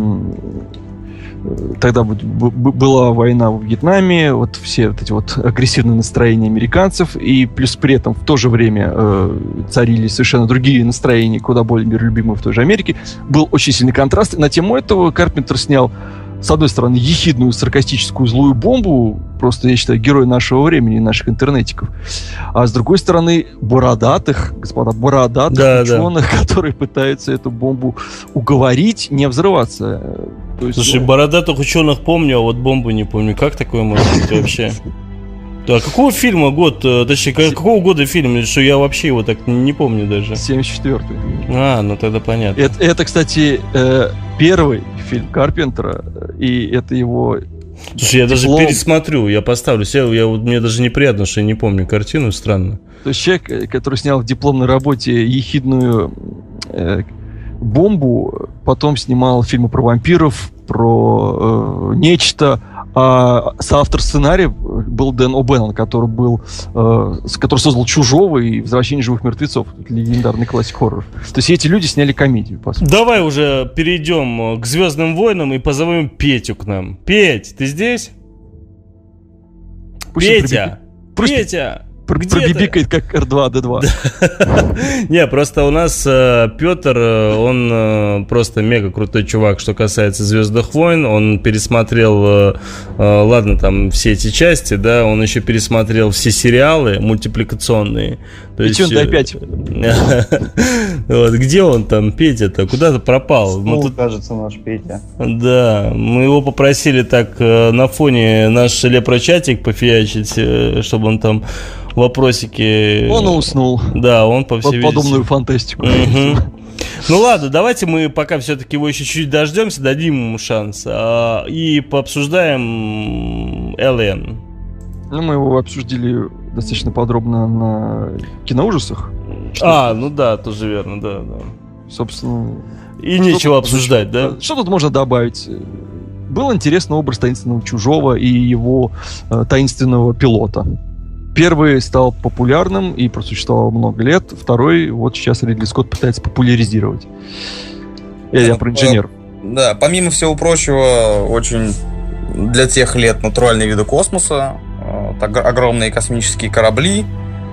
Тогда была война в Вьетнаме, вот все вот эти вот агрессивные настроения американцев, и плюс при этом в то же время царили совершенно другие настроения, куда более миролюбимые в той же Америке. Был очень сильный контраст, и на тему этого Карпентер снял, с одной стороны, ехидную, саркастическую, злую бомбу, просто, я считаю, герой нашего времени, наших интернетиков, а с другой стороны, бородатых ученых, которые пытаются эту бомбу уговорить не взрываться. То есть, слушай, бородатых ученых помню, а вот бомбу не помню. Как такое может быть вообще? А какого фильма год, точнее, какого года фильм, что я вообще его так не помню даже? 74-й. Ну тогда понятно. Это, кстати, первый фильм Карпентера, и это его... Слушай, я даже пересмотрю, я поставлю себе, мне даже неприятно, что я не помню картину, странно. То есть человек, который снял в дипломной работе ехидную бомбу, потом снимал фильмы про вампиров, про «Нечто», а соавтор сценария был Дэн О'Беннон, который создал «Чужого» и «Возвращение живых мертвецов», легендарный классик хорроров. То есть эти люди сняли комедию, по сути. Давай уже перейдем к «Звездным войнам» и позовем Петю к нам. Петь, ты здесь? Петя! Петя! Пробибикает как R2-D2. Не, просто у нас Петр, он просто мега крутой чувак, что касается «Звездных войн». Он пересмотрел, ладно, там все эти части, да, он еще пересмотрел все сериалы мультипликационные. И что он опять? Вот, где он там, Петя-то? Куда-то пропал. Кажется, наш Петя. Да, мы его попросили так на фоне наш лепрочатик пофиячить, чтобы он там вопросики... Он уснул. Да, он по всей подобную фантастику. Ну ладно, давайте мы пока все-таки его еще чуть-чуть дождемся, дадим ему шанс и пообсуждаем Alien. Ну, мы его обсудили достаточно подробно на киноужасах. Ну да, тоже верно, да. Собственно... И нечего обсуждать, да? Что тут можно добавить? Был интересный образ таинственного чужого и его таинственного пилота. Первый стал популярным и просуществовал много лет. Второй, вот сейчас Ридли Скотт пытается популяризировать. Я про инженеров. Да, помимо всего прочего, очень для тех лет натуральные виды космоса, огромные космические корабли,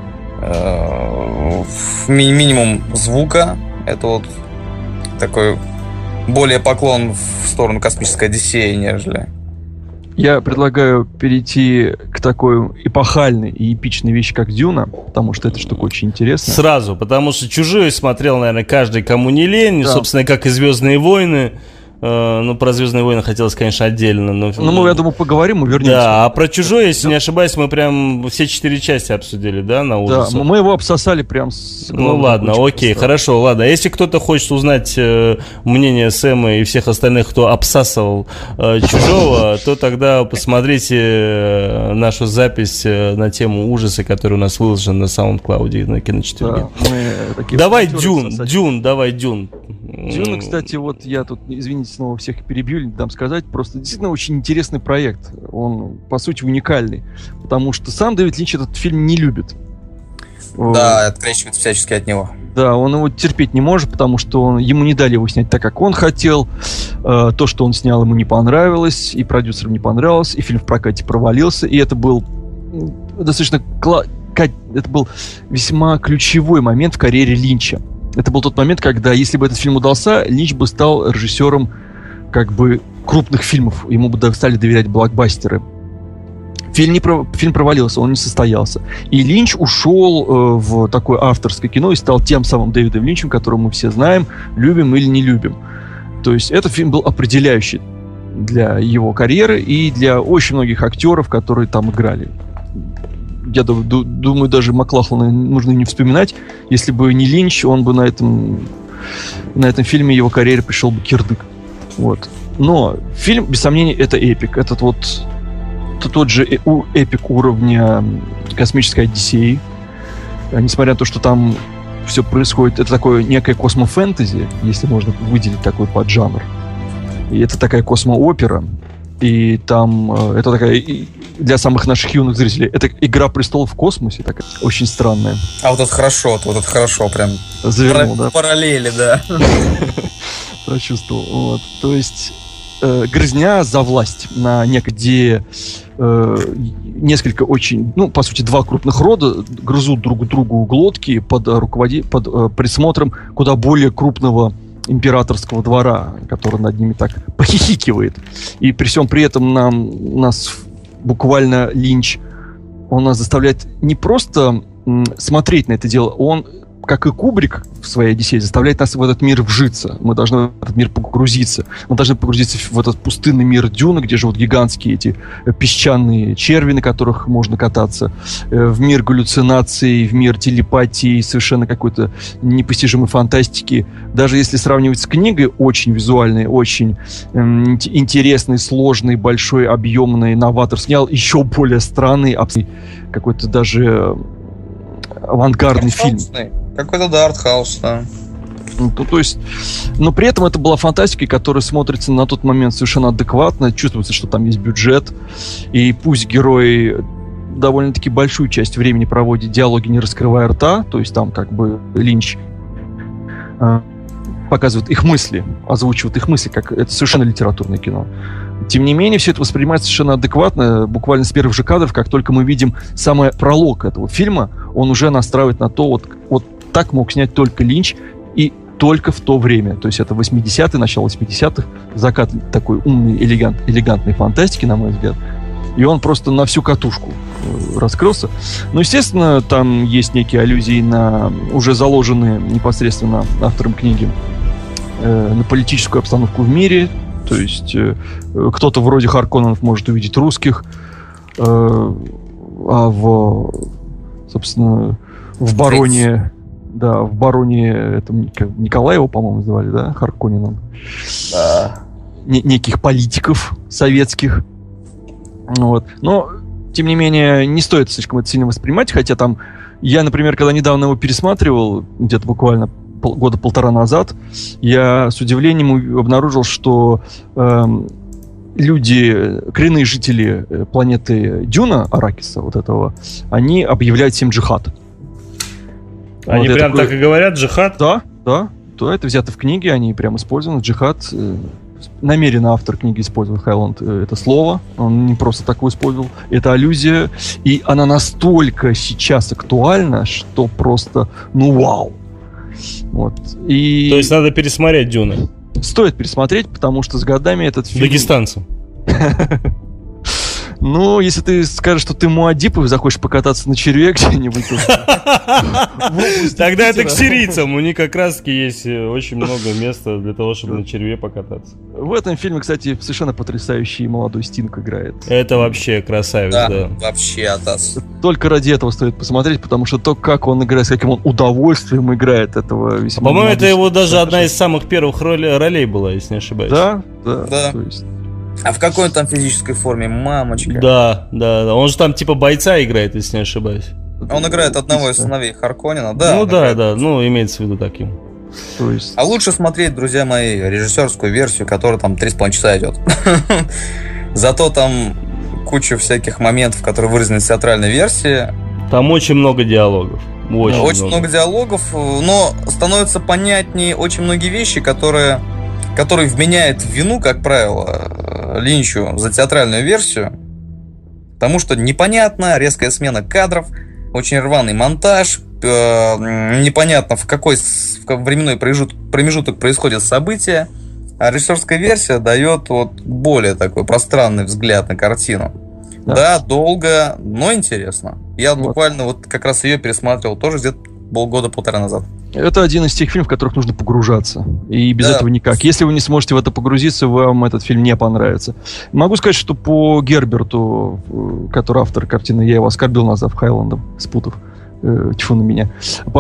минимум звука. Это вот такой более поклон в сторону космической Одиссеи, нежели... Я предлагаю перейти к такой эпохальной и эпичной вещи, как «Дюна», потому что эта штука очень интересная. Сразу, потому что «Чужой» смотрел, наверное, каждый, кому не лень, да. Собственно, как и «Звездные войны». про «Звездные войны» хотелось, конечно, отдельно. Но мы, я думаю, поговорим и вернемся. Да, а про «Чужой», если не ошибаюсь, мы прям все 4 части обсудили, да, на ужасы? Да, мы его обсосали прям с... Ну ладно, окей, хорошо, ладно. Если кто-то хочет узнать мнение Сэма и всех остальных, кто обсасывал «Чужого», то тогда посмотрите нашу запись на тему ужасы, которая у нас выложена на SoundCloud на Киночетверге. Да, давай Дюн. Дюна, кстати, вот я тут, извините, снова всех перебью, не дам сказать, просто действительно очень интересный проект. Он, по сути, уникальный, потому что сам Дэвид Линч этот фильм не любит. Да, открещивается всячески от него. Да, он его терпеть не может, потому что ему не дали его снять так, как он хотел. То, что он снял, ему не понравилось, и продюсерам не понравилось, и фильм в прокате провалился, и это был достаточно... Это был весьма ключевой момент в карьере Линча. Это был тот момент, когда, если бы этот фильм удался, Линч бы стал режиссером как бы крупных фильмов. Ему бы стали доверять блокбастеры. Фильм провалился, он не состоялся. И Линч ушел в такое авторское кино и стал тем самым Дэвидом Линчем, которого мы все знаем, любим или не любим. То есть этот фильм был определяющий для его карьеры и для очень многих актеров, которые там играли. Я думаю, даже Маклахлана нужно не вспоминать. Если бы не Линч, он бы на этом фильме, его карьере пришел бы кирдык. Вот. Но фильм, без сомнения, это эпик. Это тот же эпик уровня «Космической Одиссеи». Несмотря на то, что там все происходит, это такое некое космофэнтези, если можно выделить такой поджанр. И это такая космоопера. И там это такая, для самых наших юных зрителей, это «Игра престолов в космосе», такая очень странная. А вот это хорошо, прям завернул, да? Параллели, да. Прочувствовал. Вот. То есть грызня за власть на где несколько очень, по сути, два крупных рода грызут друг другу глотки под присмотром куда более крупного императорского двора, который над ними так похихикивает. И при всем при этом нас буквально Линч, он нас заставляет не просто смотреть на это дело, он, как и Кубрик в своей «Одиссее», заставляет нас в этот мир вжиться. Мы должны в этот мир погрузиться. Мы должны погрузиться в этот пустынный мир Дюны, где живут гигантские эти песчаные черви, на которых можно кататься, в мир галлюцинаций, в мир телепатии, совершенно какой-то непостижимой фантастики. Даже если сравнивать с книгой, очень визуальной, очень интересный, сложный, большой, объемный, новатор снял еще более странный, какой-то даже авангардный фильм. Какой-то, да, артхаус, да. То есть, но при этом это была фантастика, которая смотрится на тот момент совершенно адекватно. Чувствуется, что там есть бюджет. И пусть герой довольно-таки большую часть времени проводит диалоги, не раскрывая рта, то есть там как бы Линч показывает их мысли, озвучивает их мысли, как это совершенно литературное кино. Тем не менее, все это воспринимается совершенно адекватно, буквально с первых же кадров, как только мы видим самый пролог этого фильма, он уже настраивает на то, вот так мог снять только Линч, и только в то время. То есть это 80-е, начало 80-х, закат такой умной, элегантной фантастики, на мой взгляд. И он просто на всю катушку раскрылся. Но, естественно, там есть некие аллюзии на уже заложенные непосредственно автором книги на политическую обстановку в мире. То есть кто-то вроде Харконненов может увидеть русских, собственно, в бароне... Да, в бароне этом Николаева, по-моему, звали, да, Харконненом. Да. Неких политиков советских. Вот. Но, тем не менее, не стоит слишком это сильно воспринимать, хотя там... Я, например, когда недавно его пересматривал, где-то буквально года полтора назад, я с удивлением обнаружил, что коренные жители планеты Дюна, Аракиса, вот этого, они объявляют всем джихад. Они вот прям так и говорят, джихад? Да, это взято в книге, они прям используют джихад. Намеренно автор книги использовал, Хайланд, это слово, он не просто так его использовал. Это аллюзия, и она настолько сейчас актуальна, что просто, вау. Вот. И... То есть надо пересмотреть «Дюны»? Стоит пересмотреть, потому что с годами этот фильм... Дагестанцам. Ну, если ты скажешь, что ты Муаддиб и захочешь покататься на черве где-нибудь... Тогда это к сирийцам. У них как раз есть очень много места для того, чтобы на черве покататься. В этом фильме, кстати, совершенно потрясающий молодой Стинг играет. Это вообще красавец, да. Вообще атас. Только ради этого стоит посмотреть, потому что то, как он играет, с каким он удовольствием играет, этого весьма... По-моему, это его даже одна из самых первых ролей была, если не ошибаюсь. Да. А в какой он там физической форме, мамочка? Да. Он же там типа бойца играет, если не ошибаюсь. Он играет одного из сыновей Харконнена, да? Ну да, ну имеется в виду таким. А лучше смотреть, друзья мои, режиссерскую версию, которая там 3,5 часа идет. Зато там куча всяких моментов, которые выражены в театральной версии. Там очень много диалогов. Очень много диалогов, но становится понятнее очень многие вещи, которые вменяют в вину, как правило, Линчу за театральную версию. Потому что непонятно, резкая смена кадров, очень рваный монтаж, непонятно, в какой временной промежуток происходят события. А режиссерская версия дает более такой пространный взгляд на картину. Да, долго, но интересно. Я буквально как раз ее пересматривал тоже где-то полгода-полтора назад. Это один из тех фильмов, в которых нужно погружаться. И без этого никак. Если вы не сможете в это погрузиться, вам этот фильм не понравится. Могу сказать, что по Герберту, который автор картины, я его оскорбил, назвав Хайландом, спутав. Тьфу на меня.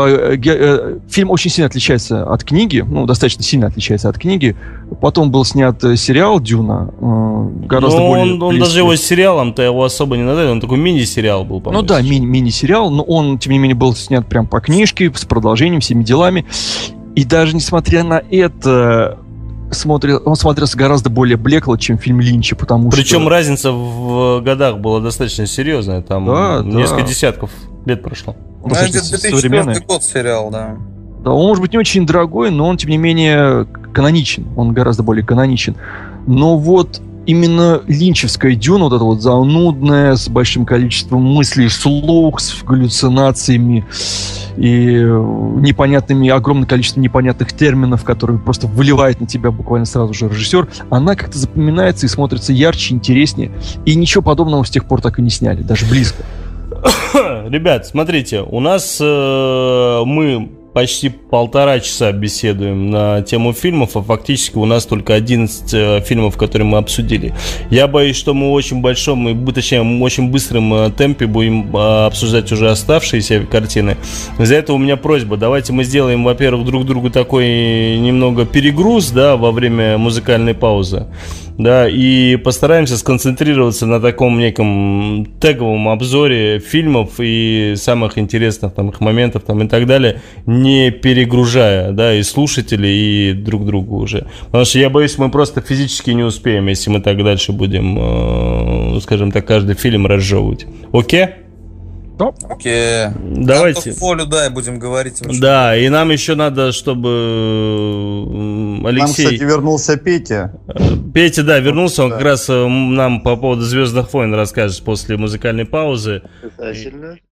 Фильм очень сильно отличается от книги, достаточно сильно отличается от книги. Потом был снят сериал «Дюна», гораздо более он даже его сериалом-то его особо не надо, он такой мини-сериал был, по-моему. Ну да, мини-сериал, но он, тем не менее, был снят прям по книжке, с продолжением, всеми делами. И даже несмотря на это... он смотрелся гораздо более блекло, чем фильм Линча, потому Причем разница в годах была достаточно серьезная, там несколько десятков лет прошло. Это 2004 год сериал, да. Да, он может быть не очень дорогой, но он, тем не менее, каноничен. Он гораздо более каноничен. Но именно линчевская Дюна, эта занудная, с большим количеством мыслей вслух, с галлюцинациями и огромным количеством непонятных терминов, которые просто выливает на тебя буквально сразу же режиссер, она как-то запоминается и смотрится ярче, интереснее. И ничего подобного с тех пор так и не сняли, даже близко. Ребят, смотрите, у нас мы почти 1,5 часа беседуем на тему фильмов, а фактически у нас только 11 фильмов, которые мы обсудили. Я боюсь, что мы в очень большом, очень быстром темпе будем обсуждать уже оставшиеся картины. Из-за этого у меня просьба, давайте мы сделаем, во-первых, друг другу такой немного перегруз, да, во время музыкальной паузы. Да, и постараемся сконцентрироваться на таком неком теговом обзоре фильмов и самых интересных там их моментов там и так далее, не перегружая, да, и слушателей, и друг другу уже. Потому что я боюсь, мы просто физически не успеем, если мы так дальше будем, скажем так, каждый фильм разжевывать. Окей? Окей. Давайте. Волю дай, будем говорить. Да, и нам еще надо, чтобы Алексей... Нам, кстати, вернулся Петя. Петя, да, вернулся. Он как раз нам по поводу «Звездных войн» расскажет после музыкальной паузы. Обязательно.